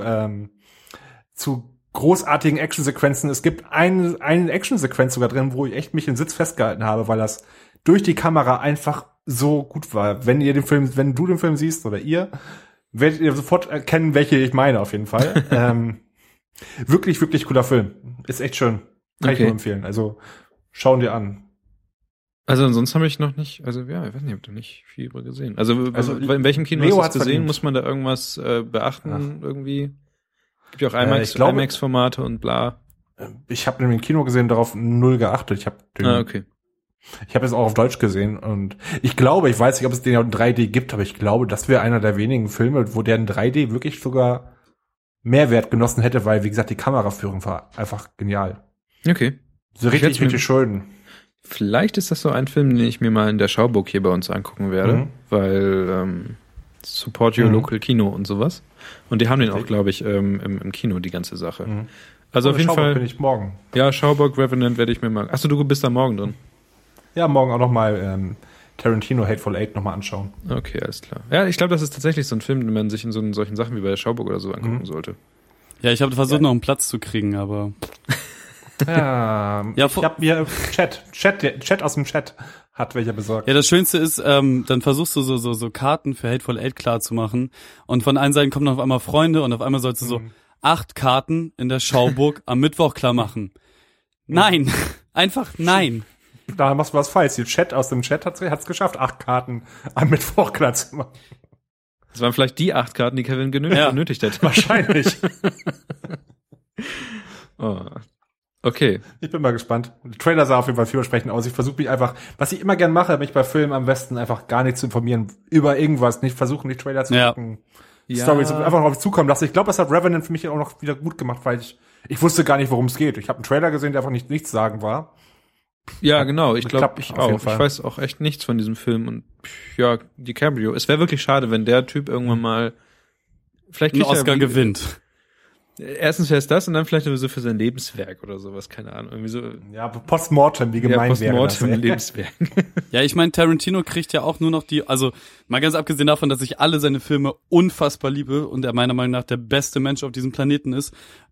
großartigen Actionsequenzen. Es gibt eine Actionsequenz sogar drin, wo ich echt mich in den Sitz festgehalten habe, weil das durch die Kamera einfach so gut war. Wenn du den Film siehst oder ihr, werdet ihr sofort erkennen, welche ich meine auf jeden Fall. Wirklich, wirklich cooler Film. Ist echt schön. Kann ich nur empfehlen. Also schauen dir an. Also ansonsten habe ich noch nicht, ich weiß nicht, ich habe da nicht viel drüber gesehen. Also in welchem Kino hast du das gesehen? Verdient. Muss man da irgendwas beachten irgendwie? Gibt ja auch IMAX-Formate und bla. Ich habe nämlich im Kino gesehen, darauf 0 geachtet. Ich habe es auch auf Deutsch gesehen und ich weiß nicht, ob es den in 3D gibt, aber ich glaube, das wäre einer der wenigen Filme, wo der in 3D wirklich sogar Mehrwert genossen hätte, weil, wie gesagt, die Kameraführung war einfach genial. Okay. So richtig schön. Vielleicht ist das so ein Film, den ich mir mal in der Schauburg hier bei uns angucken werde, weil Support Your Local Kino und sowas. Und die haben den auch, glaube ich, im Kino, die ganze Sache. Also auf jeden Schauburg Fall. bin ich morgen. Ja, Schauburg, Revenant werde ich mir mal. Achso, du bist da morgen drin. Ja, morgen auch nochmal Tarantino Hateful Eight nochmal anschauen. Okay, alles klar. Ja, ich glaube, das ist tatsächlich so ein Film, den man sich in solchen Sachen wie bei der Schauburg oder so angucken sollte. Ja, ich habe versucht, noch einen Platz zu kriegen, aber... Ja, ich habe mir Chat aus dem Chat hat welcher besorgt. Ja, das Schönste ist, dann versuchst du so Karten für Hateful Eight klar zu machen und von allen Seiten kommen dann auf einmal Freunde und auf einmal sollst du so 8 Karten in der Schauburg am Mittwoch klar machen. Nein, einfach nein. Da machst du was falsch. Die Chat aus dem Chat hat's geschafft, 8 Karten am Mittwoch klar zu machen. Das waren vielleicht die 8 Karten, die Kevin genötigt hätte. Wahrscheinlich. Oh. Okay. Ich bin mal gespannt. Der Trailer sah auf jeden Fall vielversprechend aus. Ich versuche mich einfach, was ich immer gern mache, mich bei Filmen am besten einfach gar nicht zu informieren über irgendwas, nicht versuchen, die Trailer zu gucken. Ja. Storys einfach auf mich zukommen lassen. Ich glaube, das hat Revenant für mich auch noch wieder gut gemacht, weil ich wusste gar nicht, worum es geht. Ich habe einen Trailer gesehen, der einfach nichts sagen war. Ja, genau. Ich glaube, ich auf auch. jeden Fall. Ich weiß auch echt nichts von diesem Film und ja, DiCaprio. Es wäre wirklich schade, wenn der Typ irgendwann mal vielleicht einen Oscar gewinnt. Erstens wäre es das und dann vielleicht so für sein Lebenswerk oder sowas, keine Ahnung. Irgendwie so. Ja, Postmortem, wie gemein wäre das. Postmortem Lebenswerk. Ja, ich meine, Tarantino kriegt ja auch nur noch also mal ganz abgesehen davon, dass ich alle seine Filme unfassbar liebe und er meiner Meinung nach der beste Mensch auf diesem Planeten ist,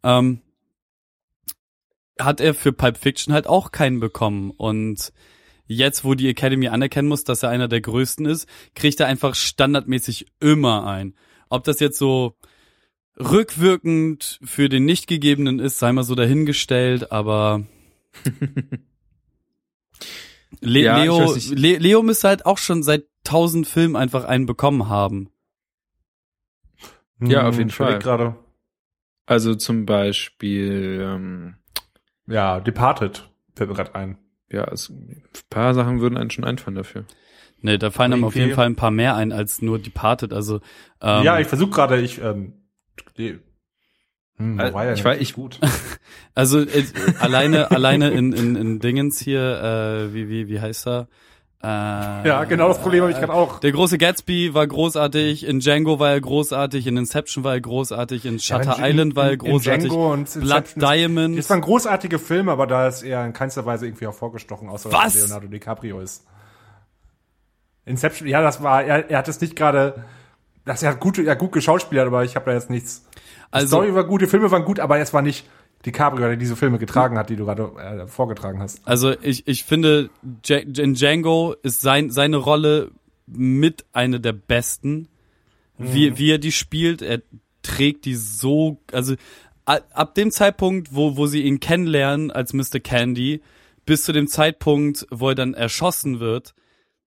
hat er für Pulp Fiction halt auch keinen bekommen. Und jetzt, wo die Academy anerkennen muss, dass er einer der größten ist, kriegt er einfach standardmäßig immer ein. Ob das jetzt so rückwirkend für den Nichtgegebenen ist, sei mal so dahingestellt, aber Leo müsste halt auch schon seit 1000 Filmen einfach einen bekommen haben. Ja, auf jeden Fall. Gerade. Also zum Beispiel, ja, Departed fällt mir gerade ein. Ja, ein paar Sachen würden einen schon einfallen dafür. Nee, da fallen einem auf jeden Fall ein paar mehr ein als nur Departed. Also ja, ich versuche gerade, ich weiß gut. Also alleine in Dingens hier, wie heißt er? Ja, genau das Problem habe ich gerade auch. Der große Gatsby war großartig, in Django war er großartig, in Inception war er großartig, in Shutter Island war er großartig, in Django und Blood Diamond. Das waren großartige Filme, aber da ist er in keinster Weise irgendwie hervorgestochen, außer dass Leonardo DiCaprio ist. Inception, ja, das war, er hat es nicht gerade, er hat gut geschauspielert, aber ich habe da jetzt nichts. Die Story war gut, die Filme waren gut, aber es war nicht DiCaprio, der diese Filme getragen hat, die du gerade vorgetragen hast. Also ich finde, in Django ist seine Rolle mit eine der besten, wie er die spielt. Er trägt die so, also ab dem Zeitpunkt, wo sie ihn kennenlernen als Mr. Candy, bis zu dem Zeitpunkt, wo er dann erschossen wird,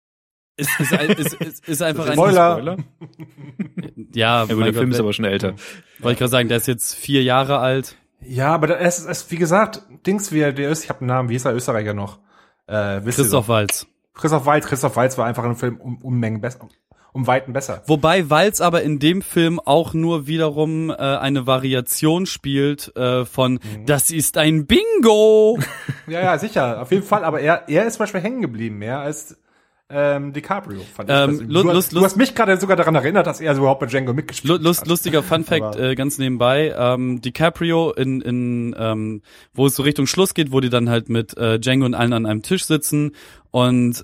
ist einfach ein Spoiler. Ja, gut, der Film ist aber schon älter. Wollte ich gerade sagen, der ist jetzt 4 Jahre alt. Ja, aber es ist, wie gesagt, ich habe einen Namen, wie ist der Österreicher noch? Christoph Waltz. Christoph Waltz war einfach ein Film um Mengen besser, um Weiten besser. Wobei Waltz aber in dem Film auch nur wiederum eine Variation spielt von Das ist ein Bingo! Ja, sicher, auf jeden Fall, aber er ist zum Beispiel hängen geblieben, mehr als DiCaprio, fand ich. Du hast mich gerade sogar daran erinnert, dass er so überhaupt bei Django mitgespielt hat. Lustiger Funfact, ganz nebenbei, DiCaprio wo es so Richtung Schluss geht, wo die dann halt mit Django und allen an einem Tisch sitzen und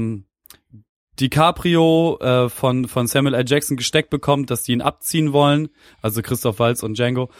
DiCaprio von Samuel L. Jackson gesteckt bekommt, dass die ihn abziehen wollen, also Christoph Waltz und Django,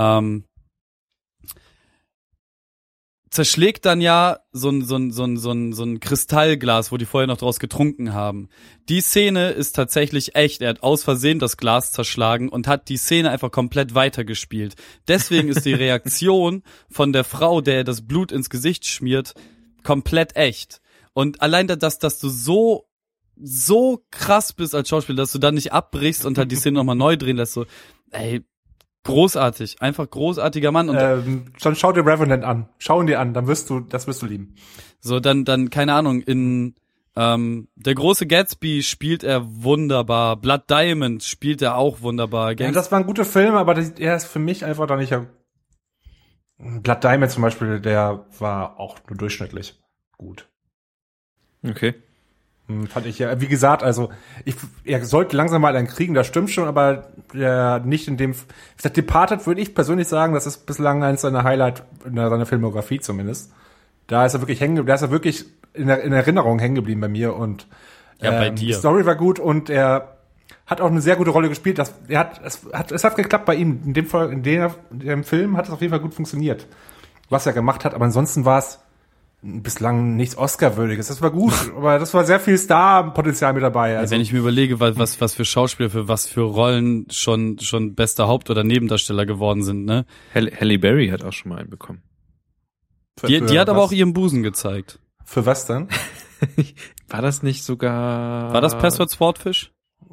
zerschlägt dann ja so ein Kristallglas, wo die vorher noch draus getrunken haben. Die Szene ist tatsächlich echt. Er hat aus Versehen das Glas zerschlagen und hat die Szene einfach komplett weitergespielt. Deswegen ist die Reaktion von der Frau, der das Blut ins Gesicht schmiert, komplett echt. Und allein dass du so krass bist als Schauspieler, dass du dann nicht abbrichst und halt die Szene nochmal neu drehen lässt, so, ey, großartig, einfach großartiger Mann. Und dann schau dir Revenant an. Schau ihn dir an, das wirst du lieben. So, dann, keine Ahnung, in Der große Gatsby spielt er wunderbar. Blood Diamond spielt er auch wunderbar. Ja, das waren gute Filme, aber er ist für mich einfach da nicht. Blood Diamond zum Beispiel, der war auch nur durchschnittlich gut. Okay. Fand ich ja, wie gesagt, also er sollte langsam mal einen kriegen, das stimmt schon, aber nicht in dem. Departed würde ich persönlich sagen, das ist bislang eins seiner Highlight in seiner Filmografie zumindest. Da ist er wirklich in Erinnerung hängen geblieben bei mir und bei dir. Die Story war gut und er hat auch eine sehr gute Rolle gespielt. Es hat geklappt bei ihm. In dem Film hat es auf jeden Fall gut funktioniert, was er gemacht hat. Aber ansonsten war es bislang nichts Oscar-würdiges. Das war gut, aber das war sehr viel Star-Potenzial mit dabei. Also. Wenn ich mir überlege, was für Schauspieler, für was für Rollen schon bester Haupt- oder Nebendarsteller geworden sind, ne? Halle Berry hat auch schon mal einen bekommen. Die hat aber auch ihren Busen gezeigt. Für was denn? War das nicht sogar... War das Password Swordfish?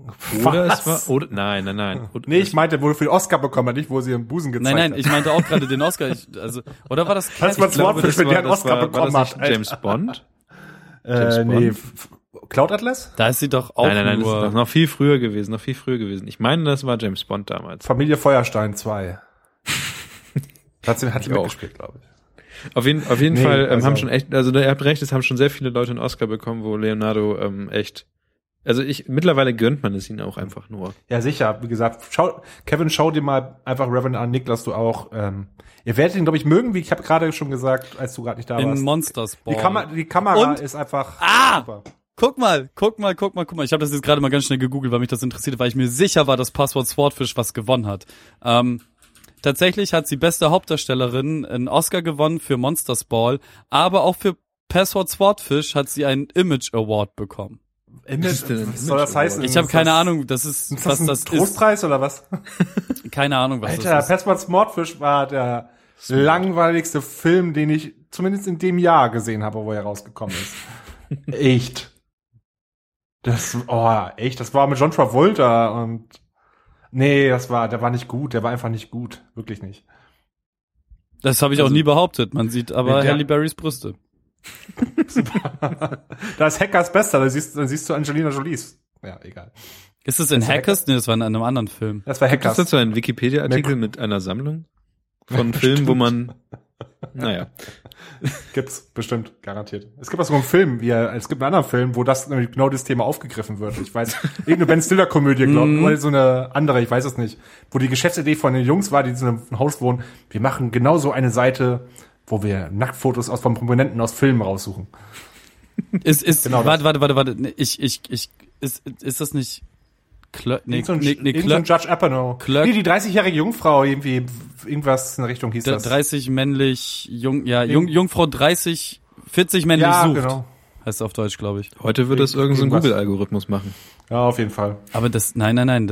Nein. Nee, ich meinte, wo du für den Oscar bekommen hat, nicht, wo sie ihren Busen gezeigt hat. Nein, ich meinte auch gerade den Oscar. Oder war das... Password Swordfish, wenn der einen Oscar bekommen hat. James Bond? Nee, Cloud Atlas? Da ist sie doch auch Nein, nur... das ist noch viel früher gewesen. Ich meine, das war James Bond damals. Familie Feuerstein 2. Hat sie auch mitgespielt, glaube ich. Auf jeden Fall haben schon echt, also ihr habt recht, es haben schon sehr viele Leute einen Oscar bekommen, wo Leonardo echt, also mittlerweile gönnt man es ihnen auch einfach nur. Ja, sicher, wie gesagt, Kevin, schau dir mal einfach Revenant an, Niklas, du auch. Ihr werdet ihn, glaube ich, mögen, wie ich habe gerade schon gesagt, als du gerade nicht da warst. In Monsters Ball. Die Kamera ist einfach super. Guck mal. Ich habe das jetzt gerade mal ganz schnell gegoogelt, weil mich das interessiert, weil ich mir sicher war, dass Password Swordfish was gewonnen hat. Tatsächlich hat sie beste Hauptdarstellerin einen Oscar gewonnen für Monsters Ball, aber auch für Password Swordfish hat sie einen Image Award bekommen. Was soll das heißen? Ich habe keine Ahnung, was das ist. Trostpreis oder was? Keine Ahnung, was Alter, das ist. Password Swordfish war der langweiligste Film, den ich zumindest in dem Jahr gesehen habe, wo er rausgekommen ist. Echt. Das war mit John Travolta und nee, der war nicht gut, der war einfach nicht gut, wirklich nicht. Das habe ich auch nie behauptet, man sieht aber Halle Berrys Brüste. Da ist Hackers besser, dann siehst du Angelina Jolies. Ja, egal. Ist es in Hackers? Nee, das war in einem anderen Film. Das war Hackers. Ist das so ein Wikipedia-Artikel mit einer Sammlung von Filmen, wo man, naja. Gibt's bestimmt, garantiert. Es gibt auch so einen Film, es gibt einen anderen Film, wo das genau das Thema aufgegriffen wird. Ich weiß, irgendeine Ben Stiller-Komödie, glaube ich, oder so eine andere, ich weiß es nicht. Wo die Geschäftsidee von den Jungs war, die in so einem Haus wohnen, wir machen genau so eine Seite, wo wir Nacktfotos von Prominenten aus Filmen raussuchen. Genau warte. Ist das nicht so ein Judge Apatow. Nee, die 30-jährige Jungfrau, irgendwas in der Richtung hieß das. 30 männlich, Jungfrau 30, 40 männlich sucht. Genau. Heißt auf Deutsch, glaube ich. Heute wird das irgendein Google-Algorithmus machen. Ja, auf jeden Fall. Aber nein,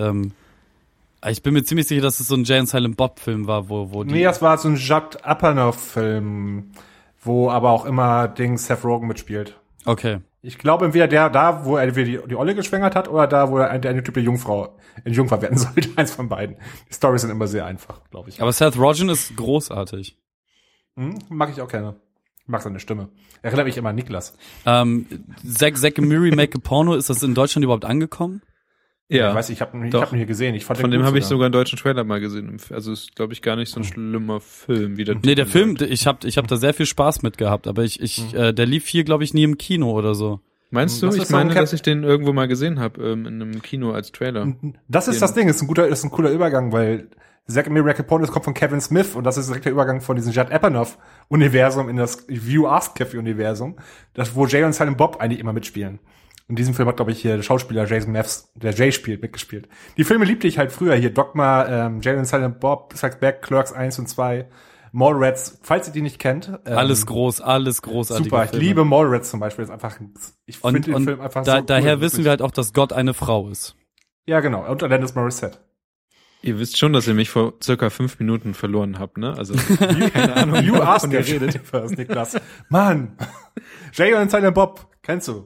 ich bin mir ziemlich sicher, dass es so ein Jay and Silent Bob Film war, wo die... Nee, das war so ein Judd Apatow Film, wo aber auch immer Seth Rogen mitspielt. Okay. Ich glaube, entweder wo er die Olle geschwängert hat, oder da, wo er eine Typ Jungfrau werden sollte. Eins von beiden. Die Storys sind immer sehr einfach, glaube ich. Aber Seth Rogen ist großartig. Mag ich auch gerne. Ich mag seine Stimme. Erinnert mich immer an Niklas. Zack and Miri Make a Porno, ist das in Deutschland überhaupt angekommen? Ja. Ich hab ihn hier gesehen. Von dem habe ich sogar einen deutschen Trailer mal gesehen. Also ist, glaube ich, gar nicht so ein schlimmer Film wie der Nee, der Film, ich hab da sehr viel Spaß mit gehabt, aber der lief hier, glaube ich, nie im Kino oder so. Meinst du? Ich meine, dass ich den irgendwo mal gesehen habe in einem Kino als Trailer. Das ist das Ding, ist ein cooler Übergang, weil Zack and Miri Make a Porno, das kommt von Kevin Smith und das ist direkt der Übergang von diesem Judd Apatow-Universum in das View Ask-Universum, wo Jay und Silent Bob eigentlich immer mitspielen. In diesem Film hat, glaube ich, hier der Schauspieler Jason Mavs, der Jay mitgespielt. Die Filme liebte ich halt früher. Hier Dogma, Jay and Silent Bob, Strikes Back, Clerks 1 und 2, Mallrats, falls ihr die nicht kennt. Alles großartig. Super, ich liebe Mallrats zum Beispiel. Das ist einfach, ich finde den Film einfach so cool. Daher wissen wir halt auch, dass Gott eine Frau ist. Ja, genau. Und Alanis Morissette. Ihr wisst schon, dass ihr mich vor circa 5 Minuten verloren habt, ne? Also, keine Ahnung, you asked der redet. First, Niklas. Mann! Jay und Silent Bob, kennst du?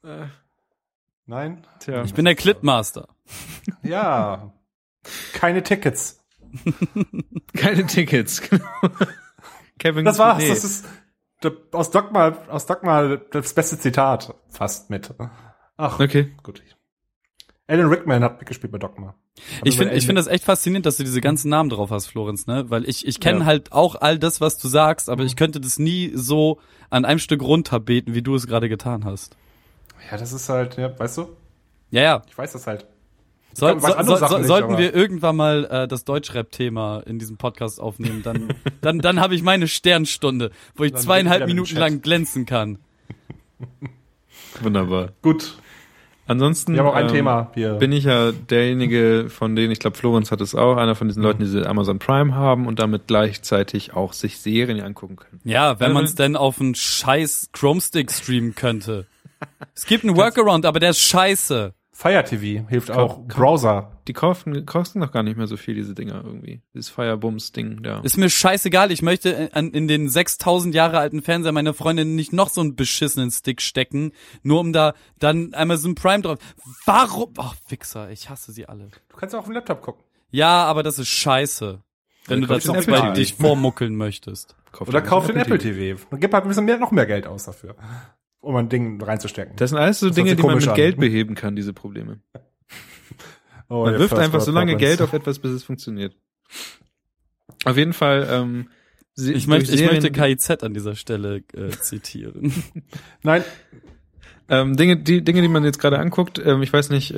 Nein? Tja. Ich bin der Clipmaster. Ja. Keine Tickets. Keine Tickets, genau. Kevin, das war's. Nee. Das ist aus Dogma das beste Zitat fast mit. Ach, okay. Gut. Alan Rickman hat mitgespielt bei Dogma. Ich finde das echt faszinierend, dass du diese ganzen Namen drauf hast, Florenz, ne? Weil ich kenne halt auch all das, was du sagst, aber ich könnte das nie so an einem Stück runterbeten, wie du es gerade getan hast. Ja, das ist halt, ja, weißt du? Ja. Ich weiß das halt. Sollten wir irgendwann mal das Deutschrap-Thema in diesem Podcast aufnehmen, dann habe ich meine Sternstunde, wo ich 2,5 Minuten lang glänzen kann. Wunderbar. Gut. Ansonsten wir haben auch ein Thema hier. Bin ich ja derjenige von denen, ich glaube Florenz hat es auch, einer von diesen Leuten, die diese Amazon Prime haben und damit gleichzeitig auch sich Serien angucken können. Ja, wenn man es denn auf einen scheiß Chrome-Stick streamen könnte. Es gibt einen Workaround, aber der ist scheiße. Fire TV hilft auch. Browser. Die kosten noch gar nicht mehr so viel, diese Dinger irgendwie. Dieses Firebums-Ding da. Ist mir scheißegal. Ich möchte in den 6000 Jahre alten Fernseher meiner Freundin nicht noch so einen beschissenen Stick stecken, nur um da dann Amazon Prime drauf. Warum? Ach, Wichser, ich hasse sie alle. Du kannst auch auf dem Laptop gucken. Ja, aber das ist scheiße. Wenn du das noch bei dich vormuckeln möchtest. Oder kauf den Apple TV. Und gib halt ein bisschen noch mehr Geld aus dafür. Um ein Ding reinzustecken. Das sind alles so Dinge, die man mit Geld beheben kann, diese Probleme. Man wirft einfach so lange Geld auf etwas, bis es funktioniert. Auf jeden Fall, ich möchte KIZ an dieser Stelle zitieren. Nein. Dinge, die man jetzt gerade anguckt, ich weiß nicht,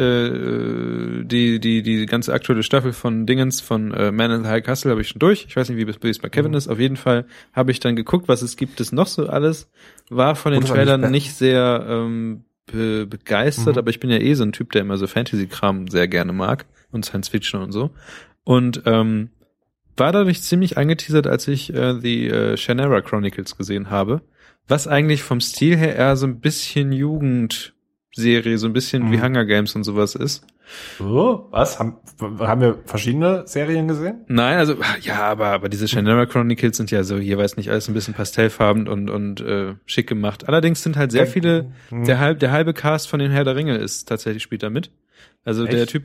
die ganze aktuelle Staffel von Dingens von Man in the High Castle habe ich schon durch. Ich weiß nicht, wie es bei Kevin ist. Auf jeden Fall habe ich dann geguckt, was es gibt es noch so alles. War von den Trailern nicht sehr begeistert, aber ich bin ja so ein Typ, der immer so Fantasy-Kram sehr gerne mag und Science-Fiction und so. Und war dadurch ziemlich angeteasert, als ich die Shannara Chronicles gesehen habe. Was eigentlich vom Stil her eher so ein bisschen Jugendserie, so ein bisschen wie Hunger Games und sowas ist. Oh, was? Haben wir verschiedene Serien gesehen? Nein, also, ja, aber diese Shannara Chronicles sind ja so, hier weiß nicht, alles ein bisschen pastellfarben und schick gemacht. Allerdings sind halt sehr viele, der halbe Cast von den Herr der Ringe spielt da mit. Also echt? Der Typ,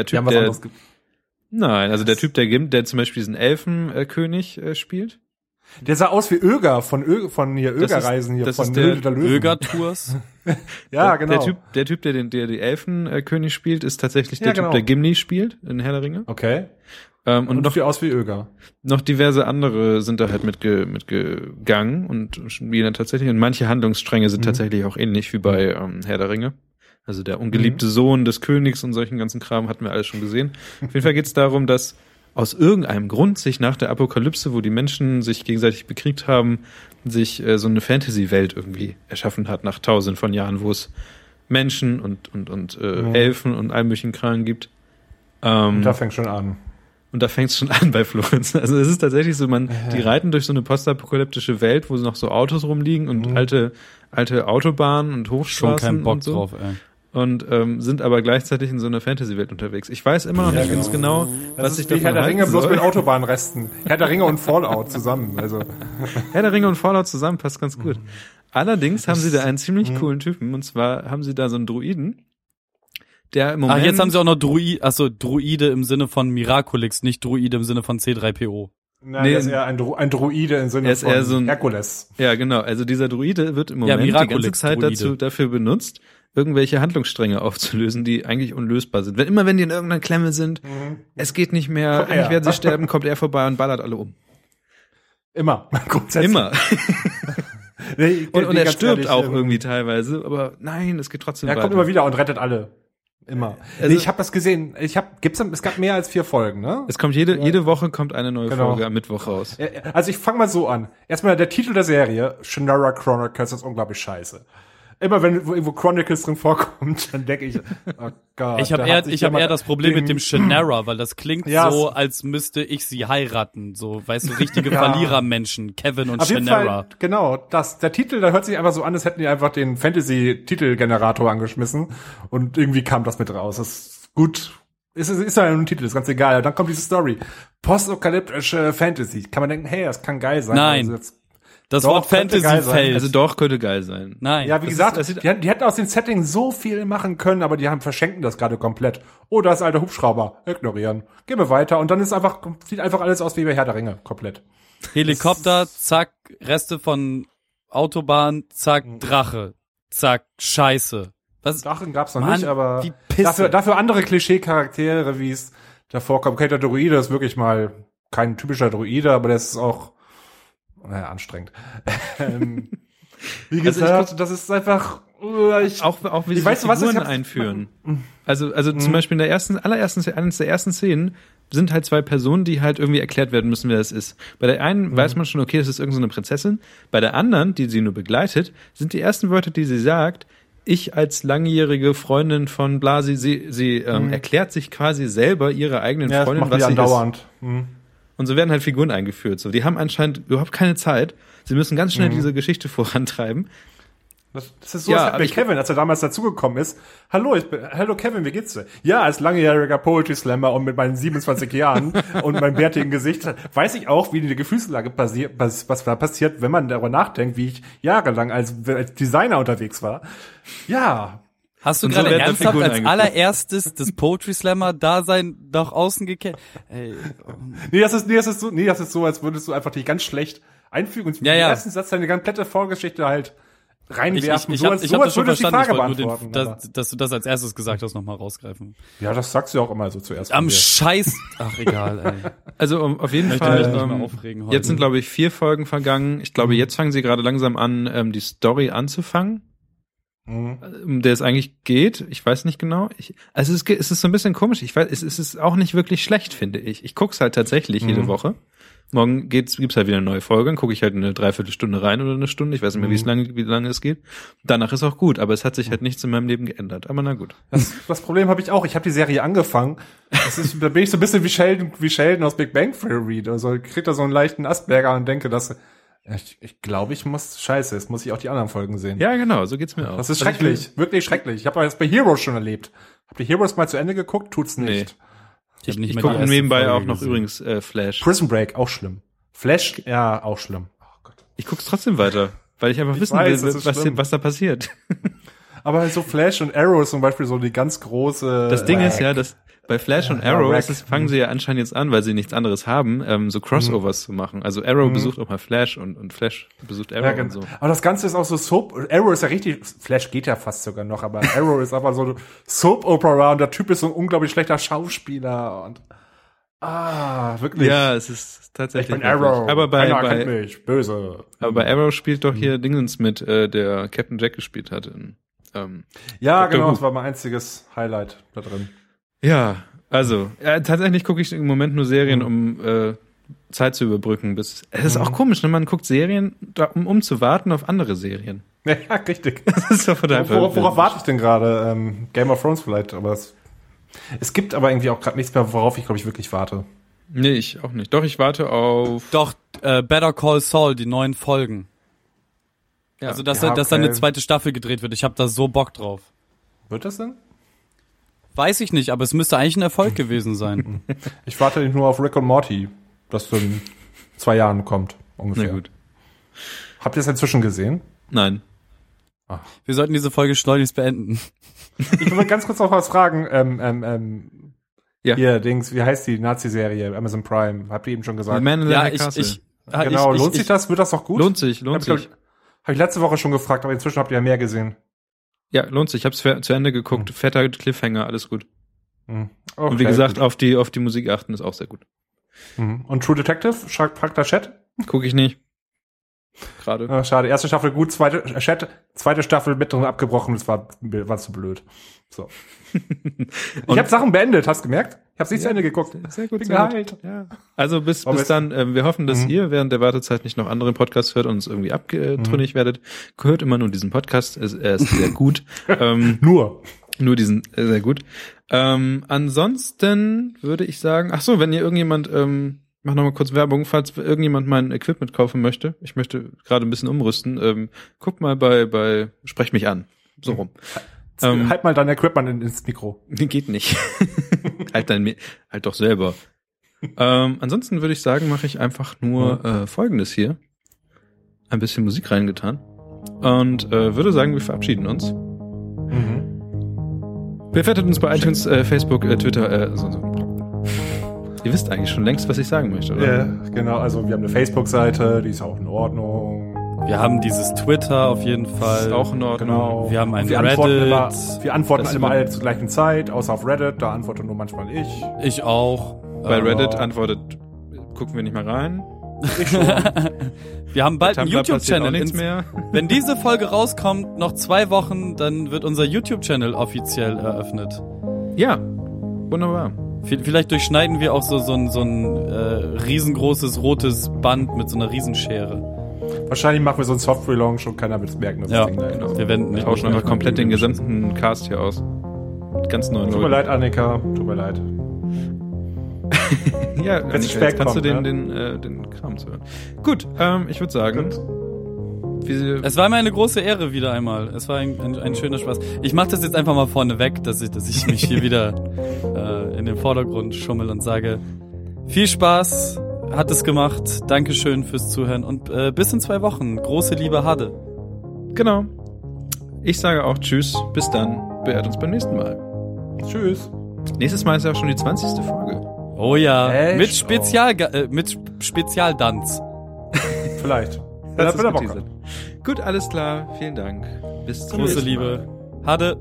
nein, also der Typ, der zum Beispiel diesen Elfenkönig spielt. Der sah aus wie Öger von hier Öger-Reisen hier von der Öger-Tours. Ja, genau. Der Typ, der die Elfenkönig spielt, ist tatsächlich der Typ, der Gimli spielt in Herr der Ringe. Okay. Und noch sieht aus wie Öger. Noch diverse andere sind da halt mitgegangen und spielen dann tatsächlich. Und manche Handlungsstränge sind tatsächlich auch ähnlich wie bei Herr der Ringe. Also der ungeliebte Sohn des Königs und solchen ganzen Kram hatten wir alles schon gesehen. Auf jeden Fall geht es darum, dass aus irgendeinem Grund sich nach der Apokalypse, wo die Menschen sich gegenseitig bekriegt haben, sich so eine Fantasy-Welt irgendwie erschaffen hat nach tausenden von Jahren, wo es Menschen und Elfen und all möglichen Kram gibt. Und da fängt schon an. Und da fängt es schon an bei Florenz. Also es ist tatsächlich so, die reiten durch so eine postapokalyptische Welt, wo noch so Autos rumliegen und alte Autobahnen und Hochstraßen. Schon keinen Bock und so. Drauf, ey. Und sind aber gleichzeitig in so einer Fantasy-Welt unterwegs. Ich weiß immer noch nicht ganz genau, was ich davon Herr der Ringe bloß mit Autobahnresten. Herr der Ringe und Fallout zusammen. Also Herr der Ringe und Fallout zusammen passt ganz gut. Allerdings haben sie da einen ziemlich coolen Typen. Und zwar haben sie da so einen Druiden, der im Moment... Ach, jetzt haben sie auch noch Druide im Sinne von Miraculix, nicht Druide im Sinne von C3PO. Nein, nee, er ist eher ein Druide im Sinne von so Herkules. Ja, genau. Also dieser Druide wird im Moment die ganze Zeit dafür benutzt, irgendwelche Handlungsstränge aufzulösen, die eigentlich unlösbar sind. Wenn die in irgendeiner Klemme sind, es geht nicht mehr, eigentlich werden sie sterben, kommt er vorbei und ballert alle um. Immer. Grundsätzlich. Immer. und er stirbt auch irgendwie teilweise, aber nein, es geht trotzdem weiter. Er kommt immer wieder und rettet alle. Immer. Also, ich habe das gesehen. Es gab mehr als 4 Folgen, ne? Es kommt jede Woche kommt eine neue Folge am Mittwoch raus. Also ich fange mal so an. Erstmal der Titel der Serie, Shannara Chronicles, ist unglaublich scheiße. Immer wenn irgendwo Chronicles drin vorkommt, dann denke ich, oh Gott. Ich habe eher das Problem mit dem Shannara, weil das klingt so, als müsste ich sie heiraten. So, weißt du, richtige Verlierermenschen, Kevin und Shannara. Genau, der Titel, da hört sich einfach so an, als hätten die einfach den Fantasy-Titelgenerator angeschmissen und irgendwie kam das mit raus. Das ist gut. Ist ja ein Titel, ist ganz egal. Dann kommt diese Story. Postapokalyptische Fantasy. Kann man denken, hey, das kann geil sein. Nein. Also das Wort Fantasy fällt. Also doch, könnte geil sein. Nein. Ja, wie gesagt, die hätten aus den Settings so viel machen können, aber die verschenken das gerade komplett. Oh, da ist ein alter Hubschrauber. Ignorieren. Gehen wir weiter. Und dann sieht einfach alles aus wie bei Herr der Ringe. Komplett. Helikopter, zack, Reste von Autobahn, zack, Drache. Zack, Scheiße. Drachen gab's noch nicht, aber wie Pisse. Dafür andere Klischee-Charaktere, wie es davor kommt. Okay, der Druide ist wirklich mal kein typischer Druide, aber der ist auch anstrengend. Wie gesagt, das ist einfach Auch wie sie Figuren einführen. Also zum Beispiel in eines der ersten Szenen sind halt zwei Personen, die halt irgendwie erklärt werden müssen, wer das ist. Bei der einen weiß man schon, okay, das ist irgend so eine Prinzessin. Bei der anderen, die sie nur begleitet, sind die ersten Wörter, die sie sagt, ich als langjährige Freundin von Blasi, sie erklärt sich quasi selber ihre eigenen Freundin, was sie andauernd ist. Und so werden halt Figuren eingeführt. So, die haben anscheinend überhaupt keine Zeit. Sie müssen ganz schnell diese Geschichte vorantreiben. Das ist so, als hätte Kevin, als er damals dazugekommen ist. Hallo Kevin, wie geht's dir? Ja, als langjähriger Poetry Slammer und mit meinen 27 Jahren und meinem bärtigen Gesicht weiß ich auch, wie die Gefühlslage passiert, was da passiert, wenn man darüber nachdenkt, wie ich jahrelang als Designer unterwegs war. Ja. Hast du gerade ernsthaft als allererstes das Poetry Slammer Dasein nach außen gekehrt? Nee, das ist so, als würdest du einfach dich ganz schlecht einfügen und im ersten Satz deine komplette Vorgeschichte halt reinwerfen. Ich hab das schon verstanden, ich wollte nur dass du das als erstes gesagt hast, nochmal rausgreifen. Ja, das sagst du auch immer so zuerst. Am Scheiß. Ach, egal, ey. Also auf jeden Fall, jetzt sind, glaube ich, 4 Folgen vergangen. Ich glaube, jetzt fangen sie gerade langsam an, die Story anzufangen. Um der es eigentlich geht. Ich weiß nicht genau. Es ist so ein bisschen komisch. Ich weiß, es ist auch nicht wirklich schlecht, finde ich. Ich guck's halt tatsächlich jede Woche. Morgen gibt's halt wieder eine neue Folge, dann gucke ich halt eine Dreiviertelstunde rein oder eine Stunde, ich weiß nicht mehr, wie lange es geht. Danach ist auch gut, aber es hat sich halt nichts in meinem Leben geändert, aber na gut. Das Problem habe ich auch, ich habe die Serie angefangen, da bin ich so ein bisschen wie Sheldon aus Big Bang Theory, also ich krieg da so einen leichten Asperger und denke, dass ich glaube, jetzt muss ich auch die anderen Folgen sehen. Ja, genau, so geht's mir auch. Das ist schrecklich, wirklich schrecklich. Ich habe das bei Heroes schon erlebt. Habt ihr Heroes mal zu Ende geguckt? Tut's nicht. Nee. Ich gucke nebenbei auch noch übrigens Flash. Prison Break, auch schlimm. Flash, ja, auch schlimm. Oh Gott. Ich guck's trotzdem weiter, weil ich einfach wissen will, was da passiert. Aber so Flash und Arrow ist zum Beispiel so die ganz große... Das Ding ist ja, dass bei Flash und Arrow fangen sie ja anscheinend jetzt an, weil sie nichts anderes haben, so Crossovers zu machen. Also Arrow besucht auch mal Flash und Flash besucht Arrow und so. Aber das Ganze ist auch so Arrow ist ja richtig, Flash geht ja fast sogar noch, aber Arrow ist einfach so Soap-Opera und der Typ ist so ein unglaublich schlechter Schauspieler und wirklich. Ja, es ist tatsächlich. Ich bin Arrow. Aber bei mich, böse. Aber bei Arrow spielt doch hier Dingens mit, der Captain Jack gespielt hat. Ja, genau, das war mein einziges Highlight da drin. Ja, also tatsächlich gucke ich im Moment nur Serien, um Zeit zu überbrücken. Es ist auch komisch, ne? Man guckt Serien, um zu warten auf andere Serien. Ja, richtig. Das ist doch total worauf warte ich denn gerade? Game of Thrones vielleicht, aber es gibt aber irgendwie auch gerade nichts mehr, worauf ich, glaube ich, wirklich warte. Nee, ich auch nicht. Doch, ich warte auf... Doch, Better Call Saul, die 9 Folgen. Ja. Also, dass da eine zweite Staffel gedreht wird. Ich habe da so Bock drauf. Wird das denn? Weiß ich nicht, aber es müsste eigentlich ein Erfolg gewesen sein. Ich warte nur auf Rick und Morty, das in 2 Jahren kommt, ungefähr. Na gut. Habt ihr es inzwischen gesehen? Nein. Ach. Wir sollten diese Folge schleunigst beenden. Ich würde ganz kurz noch was fragen. Ja. Hier, wie heißt die Nazi-Serie? Amazon Prime. Habt ihr eben schon gesagt? Man in the High Castle. Genau, lohnt sich das? Wird das noch gut? Lohnt sich. Habe ich letzte Woche schon gefragt, aber inzwischen habt ihr ja mehr gesehen. Ja, lohnt sich. Ich hab's zu Ende geguckt. Fetter Cliffhanger, alles gut. Okay, und wie gesagt, auf die Musik achten ist auch sehr gut. Und True Detective? Fragt der Chat? Guck ich nicht. Gerade. Schade. Erste Staffel gut, zweite Staffel mittendrin abgebrochen, das war zu blöd. So. Ich habe Sachen beendet, hast du gemerkt? Ich habe nicht zu Ende geguckt. Sehr gut. Ja. Also bis dann, wir hoffen, dass ihr während der Wartezeit nicht noch andere Podcasts hört und uns irgendwie abtrünnig werdet. Hört immer nur diesen Podcast, er ist sehr gut. Nur diesen, sehr gut. Ansonsten würde ich sagen, ach so, wenn ihr irgendjemand, mach noch mal kurz Werbung, falls irgendjemand mein Equipment kaufen möchte. Ich möchte gerade ein bisschen umrüsten. Guck mal bei Sprech mich an. So rum. Halt mal dein Equipment ins Mikro. Geht nicht. Halt doch selber. Ansonsten würde ich sagen, mache ich einfach nur Folgendes hier. Ein bisschen Musik reingetan. Und würde sagen, wir verabschieden uns. Bewertet uns bei iTunes, Facebook, Twitter, Ihr wisst eigentlich schon längst, was ich sagen möchte, oder? Ja, genau. Also wir haben eine Facebook-Seite, die ist auch in Ordnung. Wir haben dieses Twitter auf jeden Fall. Ist auch in Ordnung. Genau. Wir haben ein Reddit. Wir antworten Das immer alle zur gleichen Zeit, außer auf Reddit. Da antworte nur manchmal ich. Ich auch. Bei Reddit gucken wir nicht mal rein. Wir haben bald einen Tumblr passiert YouTube-Channel. auch nichts mehr. Wenn diese Folge rauskommt, noch 2 Wochen, dann wird unser YouTube-Channel offiziell eröffnet. Ja, wunderbar. Vielleicht durchschneiden wir auch so ein riesengroßes rotes Band mit so einer Riesenschere. Wahrscheinlich machen wir so einen Soft-Relaunch und keiner wird es merken, dass Ja, das Ding da ist. wir wenden Wir tauschen einfach komplett den gesamten Cast hier aus. Mit ganz neuen Tut mir Leuten. leid, Annika. Tut mir leid. Ja, Wenn's Annika, spät jetzt kannst du kommt, den Kram zu hören. Gut, ich würde sagen, Es war mir eine große Ehre wieder einmal. Es war ein schöner Spaß. Ich mache das jetzt einfach mal vorne weg, dass ich mich hier wieder in den Vordergrund schummel und sage, viel Spaß, hat es gemacht, Dankeschön fürs Zuhören und bis in 2 Wochen. Große Liebe, Hade. genau. Ich sage auch Tschüss, bis dann, beehrt uns beim nächsten Mal. Tschüss. Nächstes Mal ist ja auch schon die 20. Folge. Oh ja, Echt? mit Spezialdanz. Vielleicht. Das Wenn er ist Bock geteasert. hat. Gut, alles klar. Vielen Dank. Bis zum Große nächsten Liebe. Mal. Hade.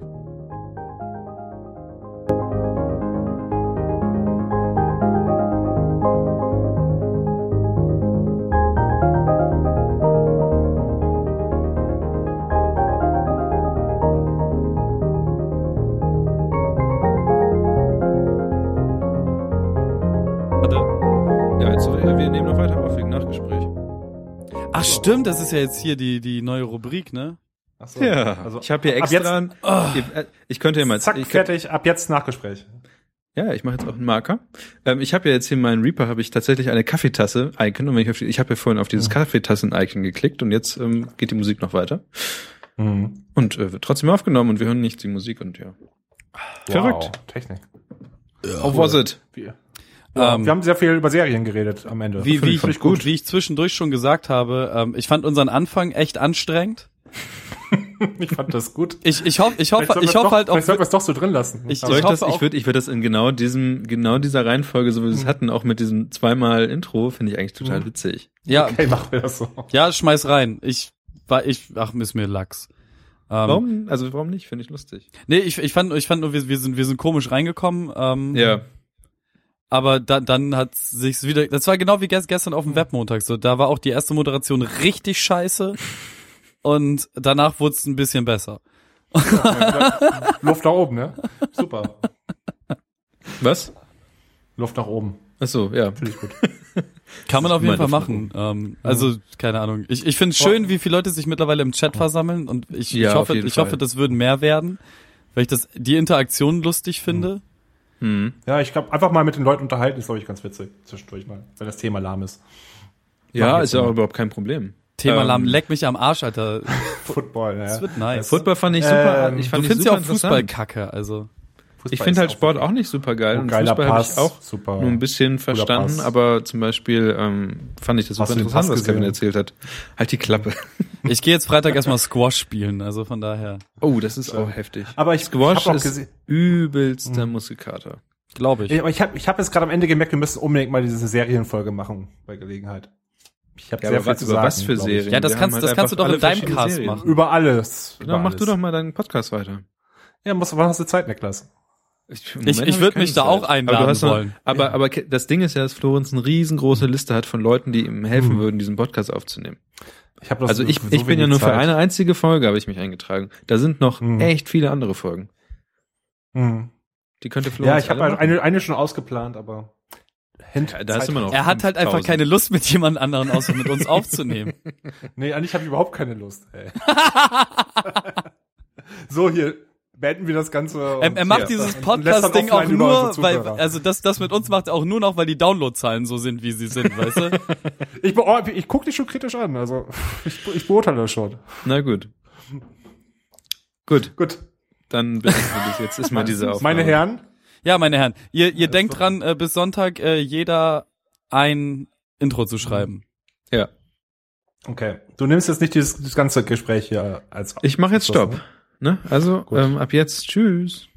Ja, jetzt, wir nehmen noch weiter auf wegen Nachgespräch. Ach stimmt, das ist ja jetzt hier die neue Rubrik, ne? Ach so. Ja, Also, ich habe hier ab extra. jetzt- Ich könnte ja mal. Zack, fertig. Ab jetzt Nachgespräch. Ja, ich mache jetzt auch einen Marker. Ich habe ja jetzt hier in meinen Reaper habe ich tatsächlich eine Kaffeetasse-Icon und wenn ich habe ja vorhin auf dieses Kaffeetassen-Icon geklickt und jetzt geht die Musik noch weiter und wird trotzdem aufgenommen und wir hören nicht die Musik und ja. Verrückt. Wow, Technik. How was it? Wir haben sehr viel über Serien geredet am Ende. Wie gut. ich zwischendurch schon gesagt habe, ich fand unseren Anfang echt anstrengend. Ich fand das gut. Ich hoffe Vielleicht sollten wir es doch so drin lassen. Ich- Aber hoffe Ich würde das in genau dieser Reihenfolge, so wie wir es hatten, auch mit diesem zweimal Intro, finde ich eigentlich total witzig. ja, okay, machen wir das so. ja, schmeiß rein. Ist mir Lachs. Warum? Also warum nicht? Finde ich lustig. Nee, ich fand nur, wir sind komisch reingekommen. Ja. Aber dann hat sich's wieder, das war genau wie gestern auf dem Webmontag so, da war auch die erste Moderation richtig scheiße und danach wurde es ein bisschen besser. Luft nach oben, ne? Super. Was? Luft nach oben. Ach so, ja. Finde ich gut. Kann man auf jeden Fall meine machen. Also, keine Ahnung. Ich finde es schön, wie viele Leute sich mittlerweile im Chat versammeln und ich Ja, auf hoffe, jeden Fall. das würden mehr werden, weil ich die Interaktion lustig finde. Ja, ich glaube, einfach mal mit den Leuten unterhalten ist, glaube ich, ganz witzig. Zwischendurch mal, wenn das Thema lahm ist. Ja, Mach ist ja jetzt auch mal. überhaupt kein Problem. Thema Lamm, leck mich am Arsch, Alter. Football, ja. Das wird nice. Football fand ich super. Ich Du fand findest super ja auch Fußball interessant. kacke, also. Fußball Ich finde ist halt auch Sport wirklich- auch nicht super geil. Oh, Und geiler Fußball habe Pass, ich auch super. nur ein bisschen verstanden, Pass. aber zum Beispiel fand ich das Hast super du den interessant, Pass was Kevin gesehen? erzählt hat. Halt die Klappe. Ich gehe jetzt Freitag erstmal Squash spielen, also von daher, Oh, das ist auch heftig. Aber ich Squash hab auch ist gesehen- übelster Muskelkater. glaube ich. Aber ich hab jetzt gerade am Ende gemerkt, wir müssen unbedingt mal diese Serienfolge machen bei Gelegenheit. Ich habe Ja, sehr aber viel was, zu über sagen. was für glaub ich. Serien? Ja, das Wir kannst haben du einfach doch alle in deinem verschiedene Cast Serien. machen. Über alles. Genau, über mach du alles. doch mal deinen Podcast weiter. Ja, wann hast du Zeit, Niklas? Im Moment Ich habe würd keine mich da Zeit. auch einladen aber du hast noch, wollen. Aber das Ding ist ja, dass Florenz eine riesengroße Liste hat von Leuten, die ihm helfen würden, diesen Podcast aufzunehmen. Ich hab das Also ich so bin ja wenig nur für Zeit. eine einzige Folge habe ich mich eingetragen. Da sind noch echt viele andere Folgen. Mhm. Die könnte Ja, Florenz ich habe alle machen. eine schon ausgeplant, aber Ja, da ist immer noch Er hat halt einfach 5000. keine Lust, mit jemand anderen außer mit uns aufzunehmen. Nee, eigentlich habe ich überhaupt keine Lust, ey. So, hier beenden wir das Ganze. Er macht dieses Podcast-Ding auch nur, weil, also das mit uns macht er auch nur noch, weil die Downloadzahlen so sind, wie sie sind, weißt du? Ich guck dich schon kritisch an, also ich beurteile das schon. Na gut. Gut, Gut, dann beenden wir das. Jetzt ist mal diese Aufnahme. meine Herren, Ja, meine Herren, ihr denkt dran, bis Sonntag jeder ein Intro zu schreiben. Ja. okay, du nimmst jetzt nicht das ganze Gespräch hier als Ich mache jetzt Abschluss, Stopp. Ne? Also, Gut. ab jetzt tschüss.